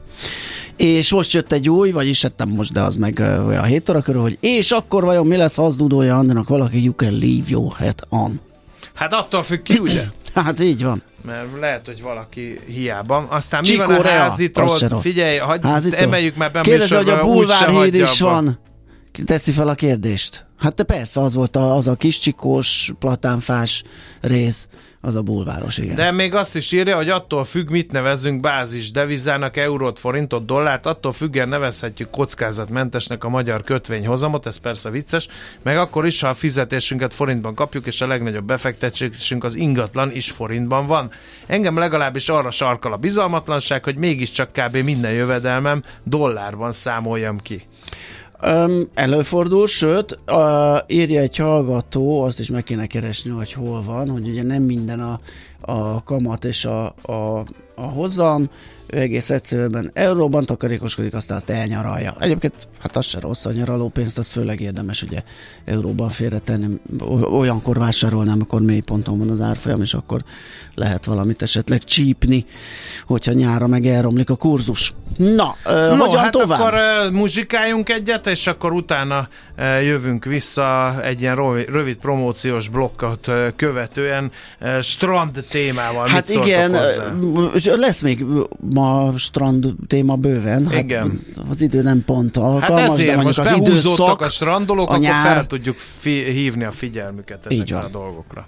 És most jött egy új, vagyis hát nem most, de az meg olyan hét óra körül, hogy és akkor vajon mi lesz, ha az dudolja Andinak valaki, you can leave your head on. Hát attól függ ki, ugye? Hát így van. Mert lehet, hogy valaki hiába. Aztán Csikó mi van a Rea, házitról? Figyelj, hagy, emeljük már be. Kérdezze, hogy a bulvárhíd is van. Teszi fel a kérdést. Hát de persze, az volt a, az a kis csikós, platánfás rész, az a bulváros, igen. De még azt is írja, hogy attól függ, mit nevezzünk bázis devizának, eurót, forintot, dollárt, attól függően nevezhetjük kockázatmentesnek a magyar kötvényhozamot, ez persze vicces, meg akkor is, ha a fizetésünket forintban kapjuk, és a legnagyobb befektetésünk az ingatlan is forintban van. Engem legalábbis arra sarkal a bizalmatlanság, hogy mégiscsak kb. Minden jövedelmem dollárban számoljam ki. Um, előfordul, sőt, uh, írja egy hallgató, azt is meg kéne keresni, hogy hol van, hogy ugye nem minden a, a kamat és a, a, a hozam, ő egész egyszerűen euróban takarékoskodik, aztán azt elnyaralja. Egyébként, hát az se rossz, a nyaralópénzt, az főleg érdemes ugye euróban félretenni, olyankor vásárolni, amikor mély ponton van az árfolyam, és akkor lehet valamit esetleg csípni, hogyha nyára meg elromlik a kurzus. Na, uh, no, hogyan hát tovább? akkor uh, muzsikáljunk egyet, és akkor utána uh, jövünk vissza egy ilyen rövid, rövid promóciós blokkot uh, követően uh, strand témával. Hát mit igen, hozzá? Lesz még ma strand téma bőven. Hát igen. Az idő nem pont alkalmas, hát ezért de most az behúzódtak időszak, a strandolók, a akkor nyár... fel tudjuk fi- hívni a figyelmüket ezekre a dolgokra.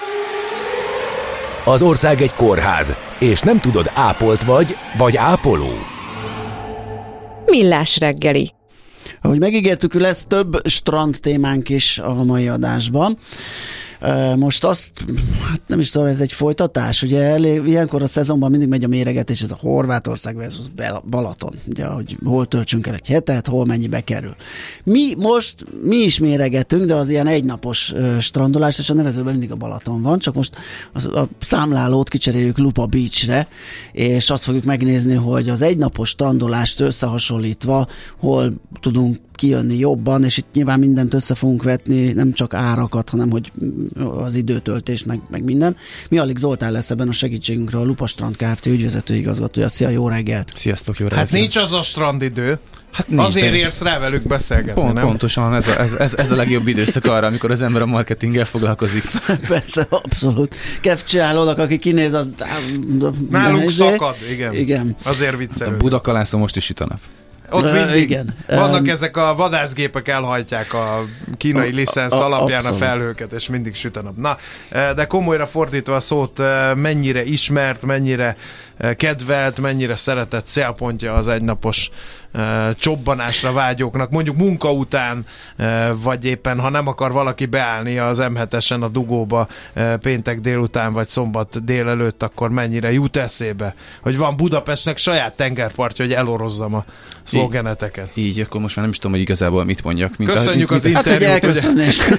Az ország egy kórház, és nem tudod, ápolt vagy, vagy ápoló. Millás reggeli. Ahogy megígértük, lesz több strand témánk is a mai adásban. Most azt, hát nem is tudom, ez egy folytatás, ugye elég, ilyenkor a szezonban mindig megy a méregetés, ez a Horvátország versus Balaton, ugye, hogy hol töltsünk el egy hetet, hol mennyibe kerül. Mi most, mi is méregetünk, de az ilyen egynapos uh, strandolás, és a nevezőben mindig a Balaton van, csak most a, a számlálót kicseréljük Lupa Beachre, és azt fogjuk megnézni, hogy az egynapos strandolást összehasonlítva hol tudunk kijönni jobban, és itt nyilván mindent össze fogunk vetni, nem csak árakat, hanem hogy az időtöltés, meg, meg minden. Mihálik Zoltán lesz ebben a segítségünkre, a Lupa Strand Kft. Ügyvezető igazgatója. Szia, jó reggelt! Sziasztok, jó reggelt! Hát nincs az a strandidő. Hát nincs, azért de... érsz rá velük beszélgetni, Pont, nem? Pontosan, ez a, ez, ez, ez a legjobb időszak arra, amikor az ember a marketinggel foglalkozik. Persze, abszolút. Kevcsinálónak, aki kinéz, az... Nálunk szakad, igen. igen. Azért viccelő. A Budakalászon most is süt a nap. Ott Ö, mindig igen. vannak Um, ezek a vadászgépek, elhajtják a kínai licensz a- a- alapján abszolút. a felhőket, és mindig süt a nap. Na, de komolyra fordítva a szót, mennyire ismert, mennyire kedvelt, mennyire szeretett célpontja az egynapos uh, csobbanásra vágyóknak, mondjuk munka után, uh, vagy éppen, ha nem akar valaki beállni az em hetesen a dugóba uh, péntek délután, vagy szombat délelőtt, akkor mennyire jut eszébe, hogy van Budapestnek saját tengerpartja, hogy elorozzam a szlogeneteket. Így, így, akkor most már nem is tudom, hogy igazából mit mondjak. Mint Köszönjük a, az mint, Hát egy interjút, hogy elköszönés.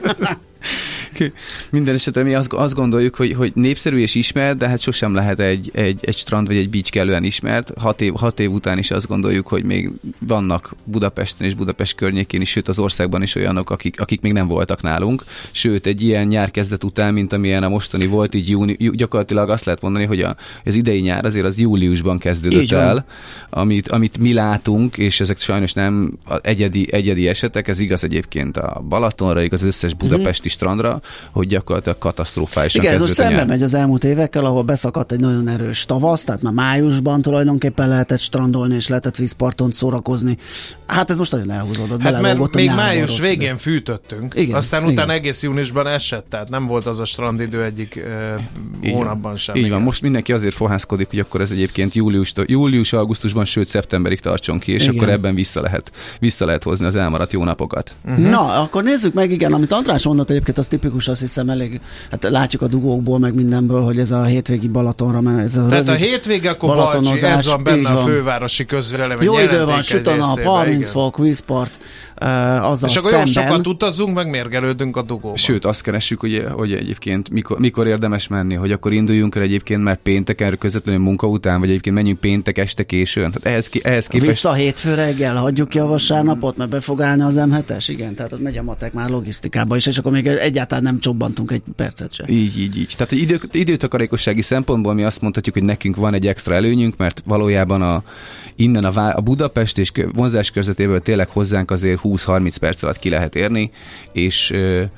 Minden esetre mi azt, azt gondoljuk, hogy, hogy népszerű és ismert, de hát sosem lehet egy, egy, egy strand vagy egy beach kellően ismert. Hat év, hat év után is azt gondoljuk, hogy még vannak Budapesten és Budapest környékén is, sőt az országban is olyanok, akik, akik még nem voltak nálunk. Sőt, egy ilyen nyárkezdet után, mint amilyen a mostani volt, így júni, gyakorlatilag azt lehet mondani, hogy a, az idei nyár azért az júliusban kezdődött el, amit, amit mi látunk, és ezek sajnos nem egyedi, egyedi esetek, ez igaz egyébként a Balatonra, igaz az összes budapesti mm. strandra, hogy gyakorlatilag katasztrofálisan Igen, ez most kezdődött a szembe nyár. megy az elmúlt évekkel, ahol beszakadt egy nagyon erős tavasz, tehát már májusban tulajdonképpen lehetett strandolni, és lehetett vízparton szórakozni. Hát ez most nagyon elhúzódott, hát mert belelógott a még nyárban május rossz végén idő. fűtöttünk, Igen, aztán igen. utána egész júniusban esett, tehát nem volt az a strandidő egyik uh, hónapban sem. Így igen. van, most mindenki azért fohászkodik, hogy akkor ez egyébként július, július augusztusban, sőt szeptemberig tartson ki, és Igen. akkor ebben vissza lehet, vissza lehet hozni az elmaradt jó napokat. Uh-huh. Na, akkor nézzük meg, igen, amit András mondott egyébként, az tipikus, azt hiszem elég, hát látjuk a dugókból, meg mindenből, hogy ez a hétvégi Balatonra, mert ez a Tehát a rövid hétvége, akkor Balcsi, balatonozás, ez van benne így a van. fővárosi közvélemény. Jó idő van, jelenték süt egy a nap, részébe, harminc igen. fok, vízpart, uh, azzal És akkor jó szemben. sokat utazzunk, meg mérgelődünk a dugóban. Sőt, azt keressük, hogy, hogy egyébként mikor, mikor érdemes menni, hogy akkor induljunk el egyébként már pénteken közvetlenül munka után, vagy egyébként menjünk péntek este későn. Tehát ehhez, ehhez képest... Vissza hétfő reggel, hagyjuk ki a vasárnapot, mert be fog állni az em hetes, igen, tehát ott megy a matek már logisztikába is, és akkor még egyáltalán nem csobbantunk egy percet sem. Így, így, így. Tehát idő, időtakarékossági szempontból mi azt mondhatjuk, hogy nekünk van egy extra előnyünk, mert valójában a, innen a, a Budapest és vonzás körzetéből tényleg hozzánk azért húsz-harminc perc alatt ki lehet érni, és,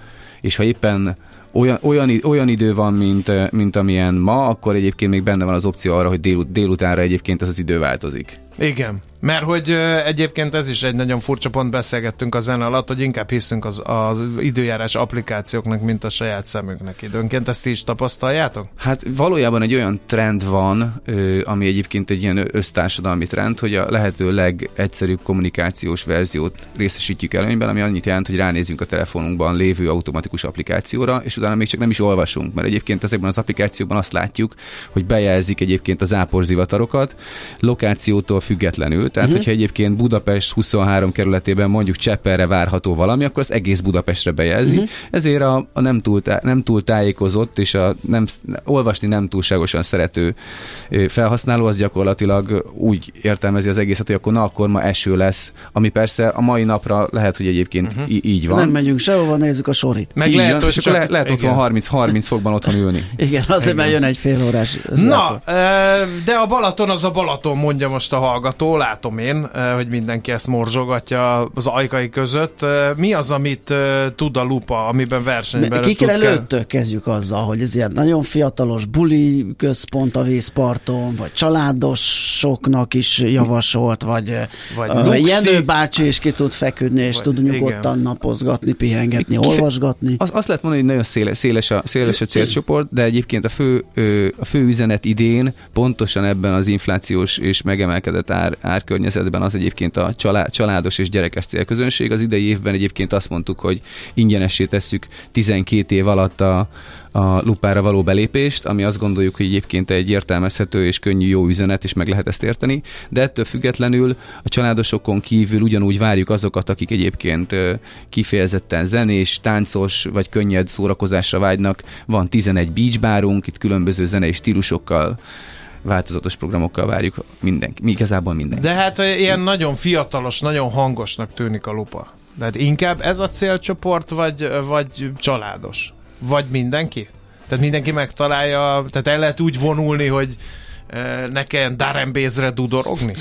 és ha éppen olyan, olyan, olyan idő van, mint, mint amilyen ma, akkor egyébként még benne van az opció arra, hogy délut, délutánra egyébként ez az idő változik. Igen, mert hogy ö, egyébként ez is egy nagyon furcsa pont, beszélgettünk a zene alatt, hogy inkább hiszünk az, az időjárás applikációknak, mint a saját szemünknek időnként. Ezt ti is tapasztaljátok? Hát valójában egy olyan trend van, ami egyébként egy ilyen össztársadalmi trend, hogy a lehető legegyszerűbb kommunikációs verziót részesítjük előnyben, ami annyit jelent, hogy ránézünk a telefonunkban lévő automatikus applikációra, és utána még csak nem is olvasunk, mert egyébként ezekben az applikációkban azt látjuk, hogy bejelzik egyébként a záporzivatarokat, lokációtól függetlenül. Tehát, uh-huh. hogyha egyébként Budapest huszonhárom kerületében mondjuk Csepperre várható valami, akkor az egész Budapestre bejelzi. Uh-huh. Ezért a, a nem, túl, nem túl tájékozott és a nem, olvasni nem túlságosan szerető felhasználó az gyakorlatilag úgy értelmezi az egészet, hogy akkor na, akkor ma eső lesz, ami persze a mai napra lehet, hogy egyébként uh-huh. í- így van. Nem megyünk sehova, nézzük a sorit. Meg így lehet, van, hogy és akkor csak... le, lehet otthon harminc fokban otthon ülni. Igen, azért már jön egy fél órás Na, zápor. de a Balaton az a Balaton, mondja most a hallgató, látom én, hogy mindenki ezt morzsogatja az ajkai között. Mi az, amit tud a lupa, amiben versenyben Kikre tud kell? lőttök, kezdjük azzal, hogy ez ilyen nagyon fiatalos buli központ a vízparton, vagy családosoknak is javasolt, vagy, Vagy uh, luxi. Jenő bácsi is ki tud feküdni, és Vagy- tud nyugodtan igen. napozgatni, pihengetni, Kife- olvasgatni. Az, azt lehet mondani, hogy nagyon széles, széles, a, széles a célcsoport, de egyébként a fő, ö, a fő üzenet idén pontosan ebben az inflációs és megemelkedett ár, árkörnyezetben az egyébként a család, családos és gyerekes célközönség. Az idei évben egyébként azt mondtuk, hogy ingyenessé tesszük tizenkét év alatt a, a lupára való belépést, ami azt gondoljuk, hogy egyébként egy értelmezhető és könnyű jó üzenet, és meg lehet ezt érteni, de ettől függetlenül a családosokon kívül ugyanúgy várjuk azokat, akik egyébként ö, kifejezetten zenés, táncos vagy könnyed szórakozásra vágynak. Van tizenegy beach bárunk, itt különböző zenei stílusokkal, változatos programokkal várjuk mindenki, mi igazából mindenki. De hát ilyen nagyon fiatalos, nagyon hangosnak tűnik a lupa. De hát inkább ez a célcsoport, vagy, vagy családos? Vagy mindenki? Tehát mindenki megtalálja, tehát el lehet úgy vonulni, hogy e, ne kelljen darembézre dudorogni?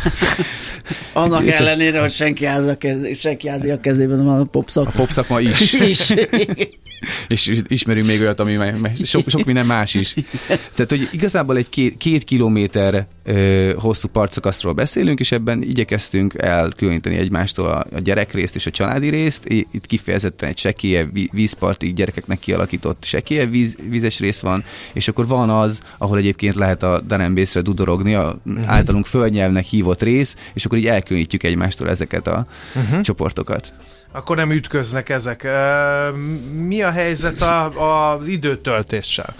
Annak ellenére, hogy senki házi a, kez, senki házi a kezében van a popszak. A popszakma is. is. És ismerünk még olyat, ami sok, sok minden más is. Tehát, hogy igazából egy két, két kilométer ö, hosszú partszakaszról beszélünk, és ebben igyekeztünk elkülöníteni egymástól a, a gyerekrészt és a családi részt. Itt kifejezetten egy sekélyebb vízparti gyerekeknek kialakított sekélyebb víz, vízes rész van, és akkor van az, ahol egyébként lehet a Danembészre dudorogni, a uh-huh. általunk földnyelvnek hívott rész, és akkor így elkülönítjük egymástól ezeket a uh-huh. csoportokat. Akkor nem ütköznek ezek. Mi a helyzet a, az időtöltéssel?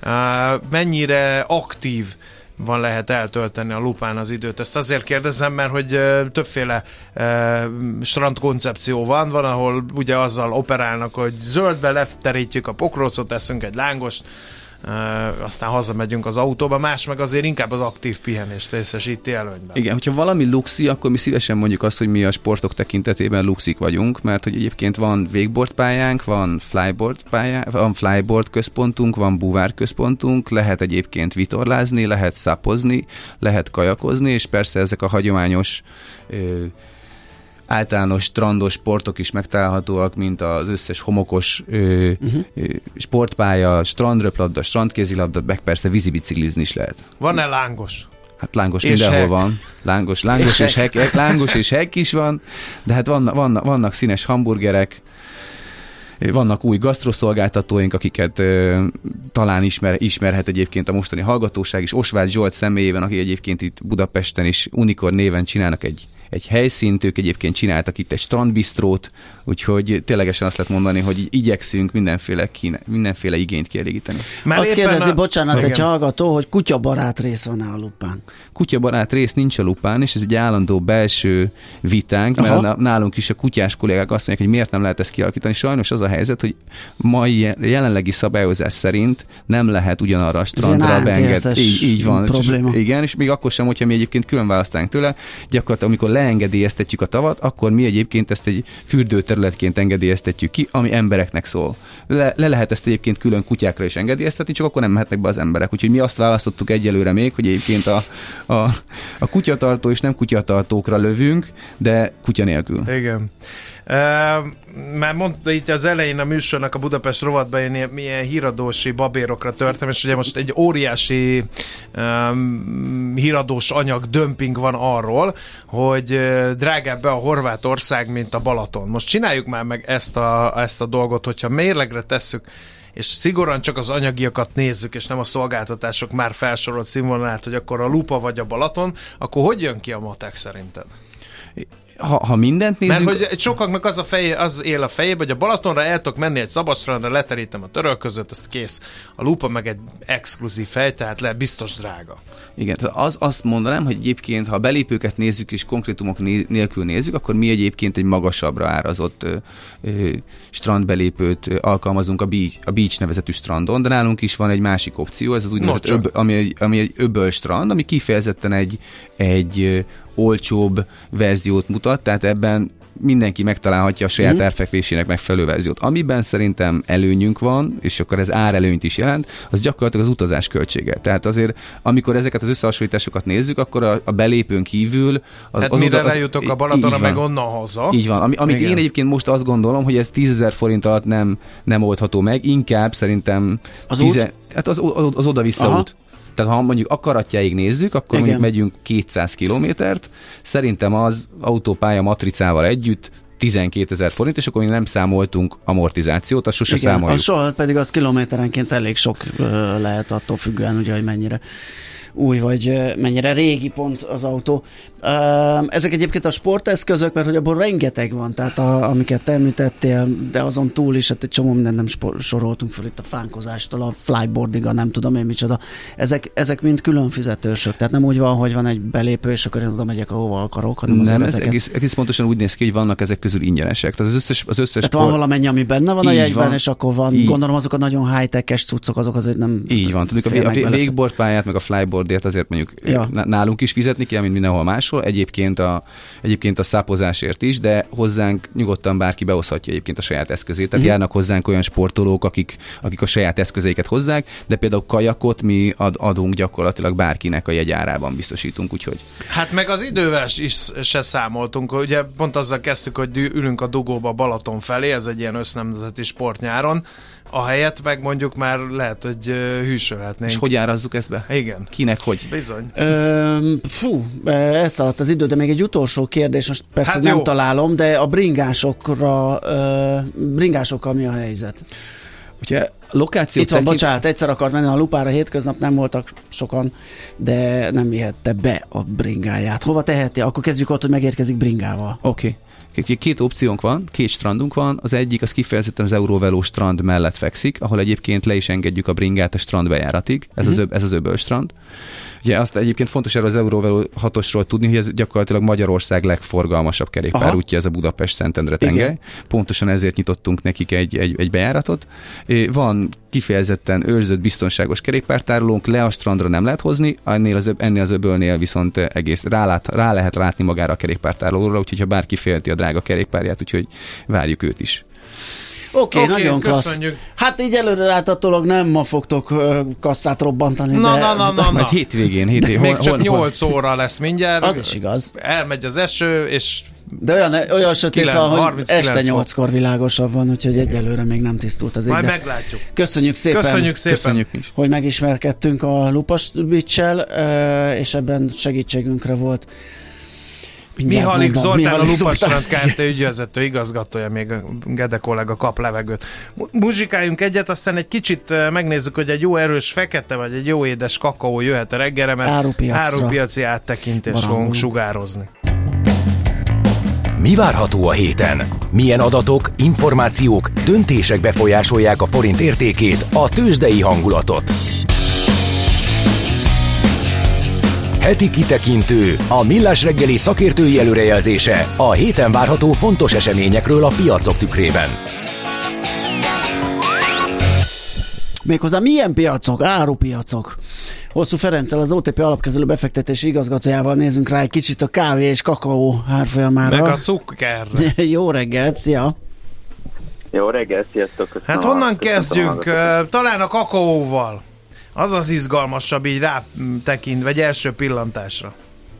Mennyire aktív van lehet eltölteni a lupán az időt? Ezt azért kérdezem, mert hogy többféle strandkoncepció van, van, ahol ugye azzal operálnak, hogy zöldbe leterítjük a pokrócot, eszünk egy lángost, Uh, aztán hazamegyünk az autóba, más meg azért inkább az aktív pihenést részesíti előnyben. Igen, hogyha valami luxi, akkor mi szívesen mondjuk azt, hogy mi a sportok tekintetében luxik vagyunk, mert hogy egyébként van wakeboard pályánk, van flyboard pályánk, van flyboard központunk, van buvár központunk, lehet egyébként vitorlázni, lehet szapozni, lehet kajakozni, és persze ezek a hagyományos ö, általános strandos sportok is megtalálhatóak, mint az összes homokos ö, uh-huh. ö, sportpálya, strandröplabda, strandkézilabda, meg persze vízibiciklizni is lehet. Van-e lángos? Hát lángos és mindenhol hek. Van. Lángos, lángos és, és hek, hek, lángos és hek is van, de hát vannak, vannak, vannak színes hamburgerek, vannak új gasztroszolgáltatóink, akiket ö, talán ismer, ismerhet egyébként a mostani hallgatóság is. Osváth Zsolt személyében, aki egyébként itt Budapesten is Unicorn néven csinálnak egy egy helyszínt, ők egyébként csináltak itt egy strandbistrót, úgyhogy ténylegesen azt lehet mondani, hogy igyekszünk mindenféle, kíne, mindenféle igényt kielégíteni. Már azt kérdezi, a... bocsánat, igen. Egy hallgató, hogy kutyabarát rész van a lupán. Kutyabarát rész nincs a lupán, és ez egy állandó belső vitánk, mert aha. nálunk is a kutyás kollégák azt mondják, hogy miért nem lehet ezt kialakítani. Sajnos az a helyzet, hogy mai jelenlegi szabályozás szerint nem lehet ugyanarra a strandra beengedni. Így, így van. Probléma. Igen, és még akkor sem, hogyha mi egyébként külön választánk tőle, gyakorlatilag amikor leengedélyeztetjük a tavat, akkor mi egyébként ezt egy fürdőterületként engedélyeztetjük ki, ami embereknek szól. Le, le lehet ezt egyébként külön kutyákra is engedélyeztetni, csak akkor nem mehetnek be az emberek. Úgyhogy mi azt választottuk egyelőre még, hogy egyébként a, a, a kutyatartó és nem kutyatartókra lövünk, de kutya nélkül. Igen. Uh, már mondta itt az elején a műsornak a Budapest rovatban én milyen híradósi babérokra törtem, és ugye most egy óriási um, híradós anyag dömping van arról, hogy uh, drágább be a Horvátország, mint a Balaton. Most csináljuk már meg ezt a, ezt a dolgot, hogyha mérlegre tesszük, és szigorúan csak az anyagiakat nézzük, és nem a szolgáltatások már felsorolt színvonalát, hogy akkor a lupa vagy a Balaton, akkor hogy jön ki a matek szerinted? Ha, ha mindent nézzük... Mert hogy sokaknak az, a fej, az él a fejében, hogy a Balatonra el tudok menni egy szabadstrandra, leterítem a törölközőt, ezt kész. A lupa meg egy exkluzív fej, tehát le biztos drága. Igen, tehát az, azt mondanám, hogy egyébként, ha a belépőket nézzük és konkrétumok nélkül nézzük, akkor mi egyébként egy magasabbra árazott ö, ö, strandbelépőt alkalmazunk a beach, a beach nevezetű strandon, de nálunk is van egy másik opció, ez az úgynevezett, öb, ami, egy, ami egy öbölstrand, ami kifejezetten egy, egy olcsóbb verziót mutat, tehát ebben mindenki megtalálhatja a saját mm. elfekvésének megfelelő verziót. Amiben szerintem előnyünk van, és akkor ez árelőnyt is jelent, az gyakorlatilag az utazás költsége. Tehát azért, amikor ezeket az összehasonlításokat nézzük, akkor a, a belépőn kívül... Az, hát az mire az, lejutok a Balatonra, meg onnan haza. Így van. Ami, amit igen. Én egyébként most azt gondolom, hogy ez tízezer forint alatt nem, nem oldható meg, inkább szerintem... Az tíze, út? Hát az, az, az oda-vissza út. Tehát ha mondjuk Akaratjáig nézzük, akkor igen. mondjuk megyünk kétszáz kilométert, szerintem az autópálya matricával együtt tizenkétezer forint, és akkor még nem számoltunk amortizációt, azt sose igen, számoljuk. Az soha, pedig az kilométerenként elég sok ö, lehet attól függően, ugye, hogy mennyire új, vagy mennyire régi pont az autó. Ezek egyébként a sporteszközök, mert hogy abból rengeteg van, tehát a, amiket említettél, de azon túl is, hát egy csomó mindent nem spor- soroltunk föl itt a fánkozástól, a flyboardig, a nem tudom én micsoda. Ezek, ezek mind külön fizetősök, tehát nem úgy van, hogy van egy belépő, és akkor én oda megyek, ahova akarok, hanem nem, ez ezeket... egész, egész pontosan úgy néz ki, hogy vannak ezek közül ingyenesek. Tehát az összes, az összes tehát sport... van valamennyi, ami benne van a jegyben, van, és akkor van, így. Gondolom azok a nagyon high-tech-es cuccok, azok azért nem... Így van, tudjuk, a, a wakeboard pályát, meg a flyboard snowboardért azért mondjuk ja. nálunk is fizetni kell, mint mindenhol máshol, egyébként a, egyébként a szapozásért is, de hozzánk nyugodtan bárki behozhatja egyébként a saját eszközét. Tehát uh-huh. járnak hozzánk olyan sportolók, akik, akik a saját eszközeiket hozzák, de például kajakot mi ad, adunk gyakorlatilag bárkinek a jegyárában biztosítunk, úgyhogy. Hát meg az idővel is se számoltunk, ugye pont azzal kezdtük, hogy ülünk a dugóba Balaton felé, ez egy ilyen össznemzeti sport nyáron, a helyet meg mondjuk már lehet, hogy hűsölhetnénk. És hogy árazzuk ezt be? Igen. Kinek hogy? Bizony. Ö, fú, elszaladt az idő, de még egy utolsó kérdés, most persze hát nem jó. találom, de a bringásokra, ö, bringásokkal mi a helyzet? Ugye lokáció Itt van, tekint... bocsánat, egyszer akart menni a Lupára, hétköznap nem voltak sokan, de nem vihette be a bringáját. Hova teheti? Akkor kezdjük ott, hogy megérkezik bringával. Oké. Okay. Két opciónk van, két strandunk van, az egyik az kifejezetten az Eurovelo strand mellett fekszik, ahol egyébként le is engedjük a bringát a strand bejáratig, ez, uh-huh. az, öb, ez az öbölstrand. Ugye azt egyébként fontos erről az Eurovelo hatosról tudni, hogy ez gyakorlatilag Magyarország legforgalmasabb kerékpárútja, ez a Budapest-Szentendre tengely. Igen. Pontosan ezért nyitottunk nekik egy, egy, egy bejáratot. Van kifejezetten őrzött biztonságos kerékpártárolónk, le a strandra nem lehet hozni, ennél az, öb, ennél az öbölnél viszont egész rálát, rá lehet látni magára a kerékpártárolóra, úgyhogy ha bárki félti a drága kerékpárját, úgyhogy várjuk őt is. Oké, okay, okay, nagyon klassz. Hát így előre láthatólag nem ma fogtok uh, kasszát robbantani, na, de... Na, na, na, na. Majd hétvégén. hétvégén még hol, csak hol, nyolc óra lesz mindjárt. Az is igaz. Elmegy az eső, és... De olyan, olyan sötét van, hogy este nyolckor világosabb van, úgyhogy egyelőre még nem tisztult az ég. Majd meglátjuk. Köszönjük szépen, Köszönjük szépen. Köszönjük is. hogy megismerkedtünk a Lupas Beach-sel, és ebben segítségünkre volt. Mihalik Zoltán, a Lupas Kft. Ügyvezető igazgatója, még Gede kollega kap levegőt. Muzsikáljunk egyet, aztán egy kicsit megnézzük, hogy egy jó erős fekete, vagy egy jó édes kakaó jöhet a reggelre, mert árupiaci áttekintést fogunk sugározni. Mi várható a héten? Milyen adatok, információk, döntések befolyásolják a forint értékét, a tőzsdei hangulatot? Heti kitekintő, a Millás reggeli szakértői előrejelzése a héten várható fontos eseményekről a piacok tükrében. Méghozzá milyen piacok? Árupiacok. Hosszú Ferenccel, az o té pé alapkezelő befektetési igazgatójával nézzünk rá egy kicsit a kávé és kakaó árfolyamára. Meg a cukkerre. Jó reggelt, szia! Jó reggelt, sziasztok! Köszönöm. Hát honnan kezdjünk? Talán a kakaóval. Az az izgalmasabb így rá tekint, vagy első pillantásra.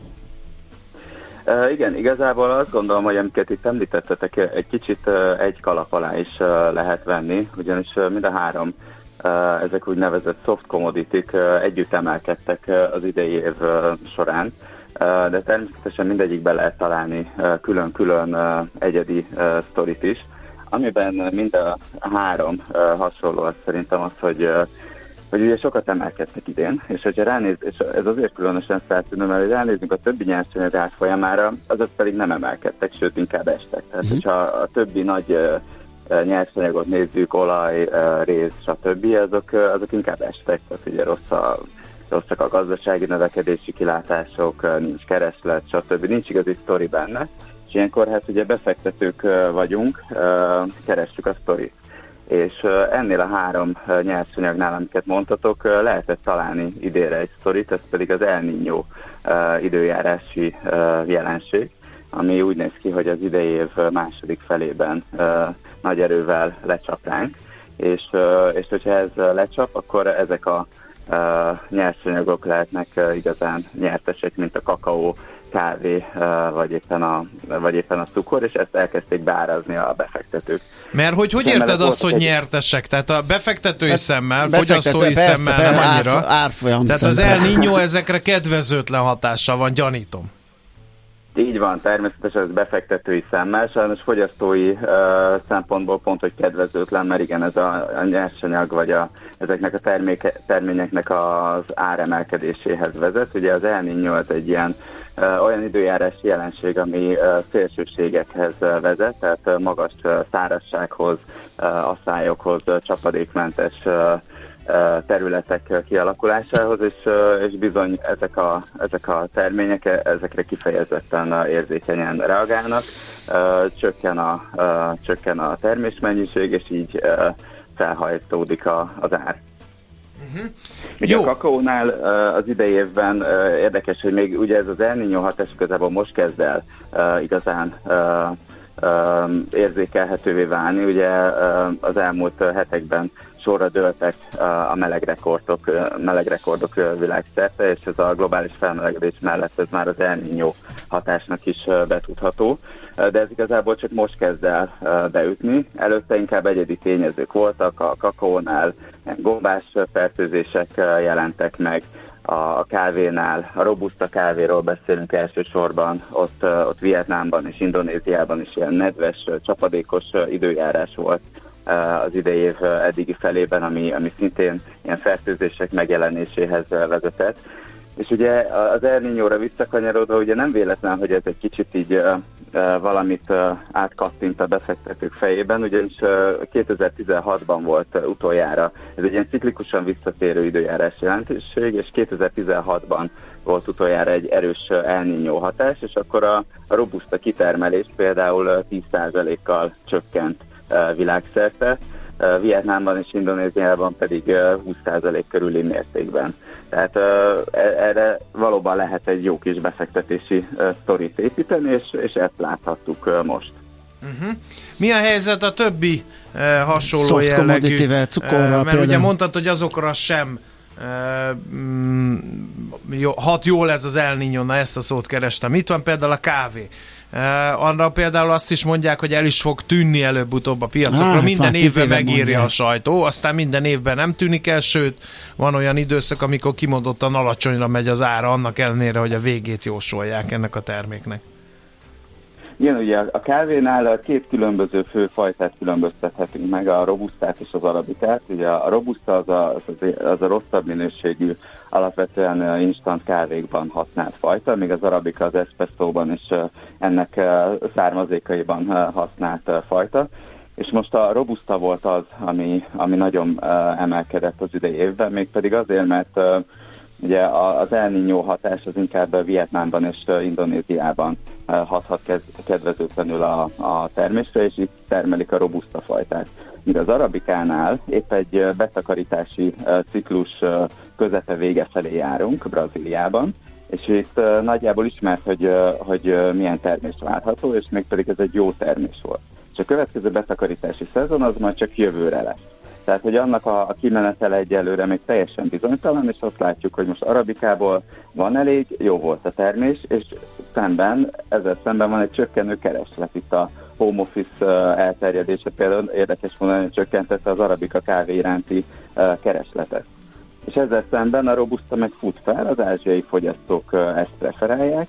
Uh, igen, igazából azt gondolom, hogy amiket itt említettetek, egy kicsit uh, egy kalap alá is uh, lehet venni, ugyanis uh, mind a három uh, ezek úgynevezett soft commodity-k uh, együtt emelkedtek uh, az idei év uh, során, uh, de természetesen mindegyikben lehet találni uh, külön-külön uh, egyedi uh, sztorit is, amiben mind a három uh, hasonló az szerintem az, hogy uh, hogy ugye sokat emelkedtek idén, és hogyha ránéz, és ez azért különösen feltűnő, mert hogy ránézünk a többi nyersanyag árfolyamára, azok pedig nem emelkedtek, sőt inkább estek. Tehát, uh-huh. hogyha a többi nagy uh, nyersanyagot nézzük, olaj, uh, réz, stb., azok, uh, azok inkább estek, tehát ugye rossz a, rosszak a gazdasági növekedési kilátások, uh, nincs kereslet, stb., nincs igazi sztori benne, és ilyenkor hát ugye befektetők uh, vagyunk, uh, keressük a sztorit. És ennél a három nyersanyagnál, amiket mondtatok, lehetett találni idénre egy sztorit, ez pedig az El Niño időjárási jelenség, ami úgy néz ki, hogy az idei év második felében nagy erővel lecsap ránk, és, és hogyha ez lecsap, akkor ezek a nyersanyagok lehetnek igazán nyertesek, mint a kakaó, kávé, vagy éppen, a, vagy éppen a cukor, és ezt elkezdték beárazni a befektetők. Mert hogy hogy érted azt, hogy nyertesek? Tehát a befektetői hát, szemmel, befektető, fogyasztói persze, szemmel persze, nem annyira. Árf, árfolyam Tehát szemmel. az El Niño ezekre kedvezőtlen hatással van, gyanítom. Így van, természetesen ez befektetői szemmel, sajnos fogyasztói uh, szempontból pont, hogy kedvezőtlen, mert igen, ez a, a nyersanyag, vagy a, ezeknek a terméke, terményeknek az áremelkedéséhez vezet. Ugye az El Niño az egy ilyen uh, olyan időjárási jelenség, ami uh, szélsőségekhez uh, vezet, tehát uh, magas uh, szárazsághoz, uh, asszályokhoz, uh, csapadékmentes uh, területek kialakulásához, és, és bizony ezek a, ezek a termények ezekre kifejezetten érzékenyen reagálnak, csökken a, csökken a termésmennyiség, és így felhajtódik a, az ár. Uh-huh. Ugye a kakaónál az idei évben érdekes, hogy még ugye ez az El Niño hatás igazából most kezd el igazán érzékelhetővé válni. Ugye az elmúlt hetekben sorra dőltek a melegrekordok, melegrekordok világszerte, és ez a globális felmelegedés mellett ez már az El Niño hatásnak is betudható, de ez igazából csak most kezd el beütni. Előtte inkább egyedi tényezők voltak, a kakaónál gombás fertőzések jelentek meg, a kávénál, a robusta kávéról beszélünk elsősorban, ott, ott Vietnámban és Indonéziában is ilyen nedves, csapadékos időjárás volt az idei év eddigi felében, ami, ami szintén ilyen fertőzések megjelenéséhez vezetett. És ugye az El Niñóra visszakanyarodva, ugye nem véletlen, hogy ez egy kicsit így uh, uh, valamit uh, átkattint a befektetők fejében, ugyanis uh, kétezer-tizenhatban volt uh, utoljára, ez egy ilyen ciklikusan visszatérő időjárás jelentőség, és kétezer-tizenhatban volt utoljára egy erős uh, El Niño hatás, és akkor a, a robusta kitermelés például uh, tíz százalékkal csökkent uh, világszerte, uh, Vietnámban és Indonéziában pedig uh, húsz százalék körüli mértékben. Tehát uh, erre valóban lehet egy jó kis befektetési uh, sztorit építeni, és, és ezt láthattuk uh, most. Uh-huh. Mi a helyzet a többi uh, hasonló Soft jellegű? Cukorra, uh, mert például. ugye mondtad, hogy azokra sem uh, mm, jó, hat jól ez az El Niño, na ezt a szót kerestem. Itt van például a kávé. Uh, arra például azt is mondják, hogy el is fog tűnni előbb-utóbb a piacokra. Há, minden évben megírja mondják. a sajtó, aztán minden évben nem tűnik el, sőt, van olyan időszak, amikor kimondottan alacsonyra megy az ára, annak ellenére, hogy a végét jósolják ennek a terméknek. Igen, ugye a kávénál két különböző főfajtát különböztethetünk meg, a robustát és az arabikát. Ugye a robusta az a, az, az a rosszabb minőségű, alapvetően instant kávékban használt fajta, míg az arabika az espresszóban és ennek származékaiban használt fajta. És most a robusta volt az, ami, ami nagyon emelkedett az idei évben, mégpedig azért, mert ugye az El Niño hatás az inkább Vietnámban és Indonéziában hathat kedvezőtlenül a, a termésre, és itt termelik a robusta fajtát. Míg az arabikánál épp egy betakarítási ciklus közepe vége felé járunk Brazíliában, és itt nagyjából ismert, hogy, hogy milyen termés várható, és mégpedig ez egy jó termés volt. És a következő betakarítási szezon az majd csak jövőre lesz. Tehát, hogy annak a, a kimenetele egyelőre még teljesen bizonytalan, és azt látjuk, hogy most arabikából van elég, jó volt a termés, és szemben, ezzel szemben van egy csökkenő kereslet. Itt a home office elterjedése például érdekes mondani, hogy csökkentette az arabika kávé iránti keresletet. És ezzel szemben a robusta meg fut fel, az ázsiai fogyasztók ezt preferálják,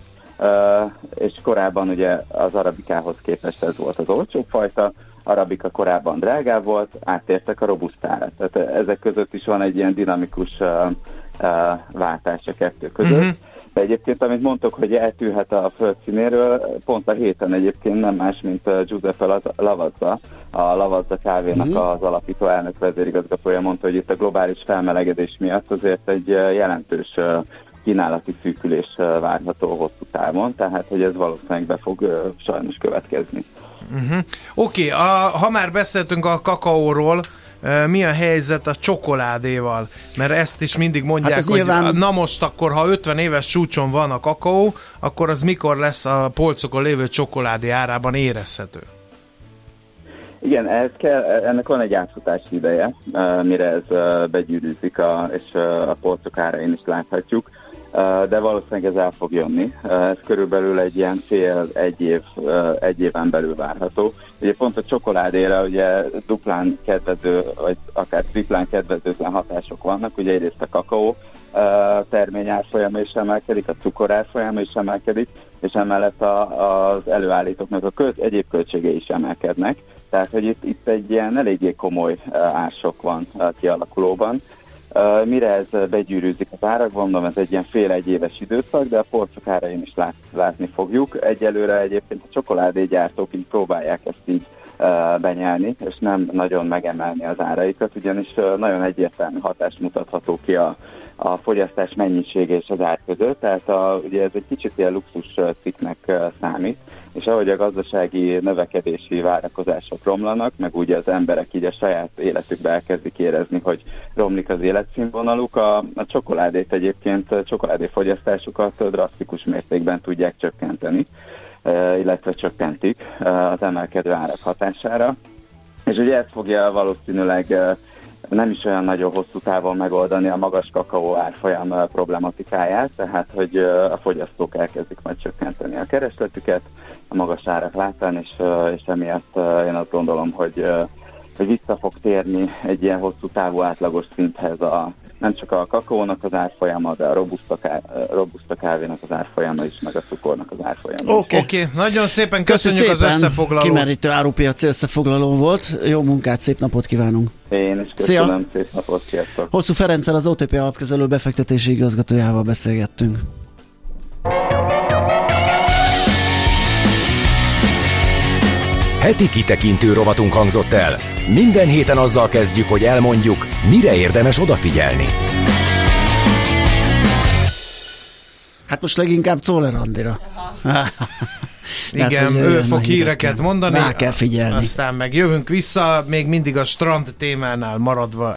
és korábban ugye az arabikához képest ez volt az olcsóbb fajta, arabika korábban drágább volt, áttértek a robustára. Tehát ezek között is van egy ilyen dinamikus uh, uh, váltás a kettő között. Uh-huh. De egyébként, amit mondtok, hogy eltűnhet a földszínéről, pont a héten egyébként nem más, mint Giuseppe Lavazza, a Lavazza kávénak uh-huh. az alapító elnök vezérigazgatója mondta, hogy itt a globális felmelegedés miatt azért egy jelentős uh, kínálati szűkülés uh, várható hosszú távon, tehát hogy ez valószínűleg be fog uh, sajnos következni. Uh-huh. Oké, okay, ha már beszéltünk a kakaóról, uh, mi a helyzet a csokoládéval? Mert ezt is mindig mondják, hát hogy nyilván... na most akkor, ha ötven éves csúcson van a kakaó, akkor az mikor lesz a polcokon lévő csokoládé árában érezhető? Igen, ez kell, ennek van egy átfutási ideje, uh, mire ez uh, begyűrűzik, a, és uh, a polcok árain is láthatjuk. De valószínűleg ez el fog jönni. Ez körülbelül egy ilyen fél, egy, év, egy éven belül várható. Ugye pont a csokoládéra ugye duplán kedvező, vagy akár triplán kedvezőtlen hatások vannak. Ugye egyrészt a kakaó termény árfolyama is emelkedik, a cukor árfolyama is emelkedik, és emellett a, az előállítóknak a köz, egyéb költségei is emelkednek. Tehát, hogy itt, itt egy ilyen eléggé komoly ársok van kialakulóban. Uh, mire ez begyűrűzik az árak, mondom, ez egy ilyen fél-egy éves időszak, de a polcok árain is lát, látni fogjuk. Egyelőre egyébként a csokoládégyártók így próbálják ezt így benyelni, és nem nagyon megemelni az áraikat, ugyanis nagyon egyértelmű hatást mutatható ki a, a fogyasztás mennyisége és az ár között, tehát a, ugye ez egy kicsit ilyen luxus cikknek számít, és ahogy a gazdasági növekedési várakozások romlanak, meg ugye az emberek így a saját életükbe elkezdik érezni, hogy romlik az életszínvonaluk, a, a csokoládét egyébként, a csokoládéfogyasztásukat drasztikus mértékben tudják csökkenteni, illetve csökkentik az emelkedő árak hatására. És ugye ez fogja valószínűleg nem is olyan nagyon hosszú távon megoldani a magas kakaó árfolyam problematikáját, tehát hogy a fogyasztók elkezdik majd csökkenteni a keresletüket a magas árak láttán, és, és emiatt én azt gondolom, hogy, hogy vissza fog térni egy ilyen hosszú távú átlagos szinthez a nem csak a kakaónak az árfolyama, de a robusta, ká, robusta kávénak az árfolyama is, meg a cukornak az árfolyama. Oké, okay. okay. Nagyon szépen köszönjük az összefoglalót. Kimerítő árupiaci összefoglaló volt. Jó munkát, szép napot kívánunk. Én is köszönöm, szia. Szép napot, sziasztok. Hosszú Ferenccel, az o té pé alapkezelő befektetési igazgatójával beszélgettünk. Heti kitekintő rovatunk hangzott el. Minden héten azzal kezdjük, hogy elmondjuk, mire érdemes odafigyelni. Hát most leginkább Czoller Andira. Igen, ő fog híreket mondani. Rá kell figyelni. Aztán meg jövünk vissza, még mindig a strand témánál maradva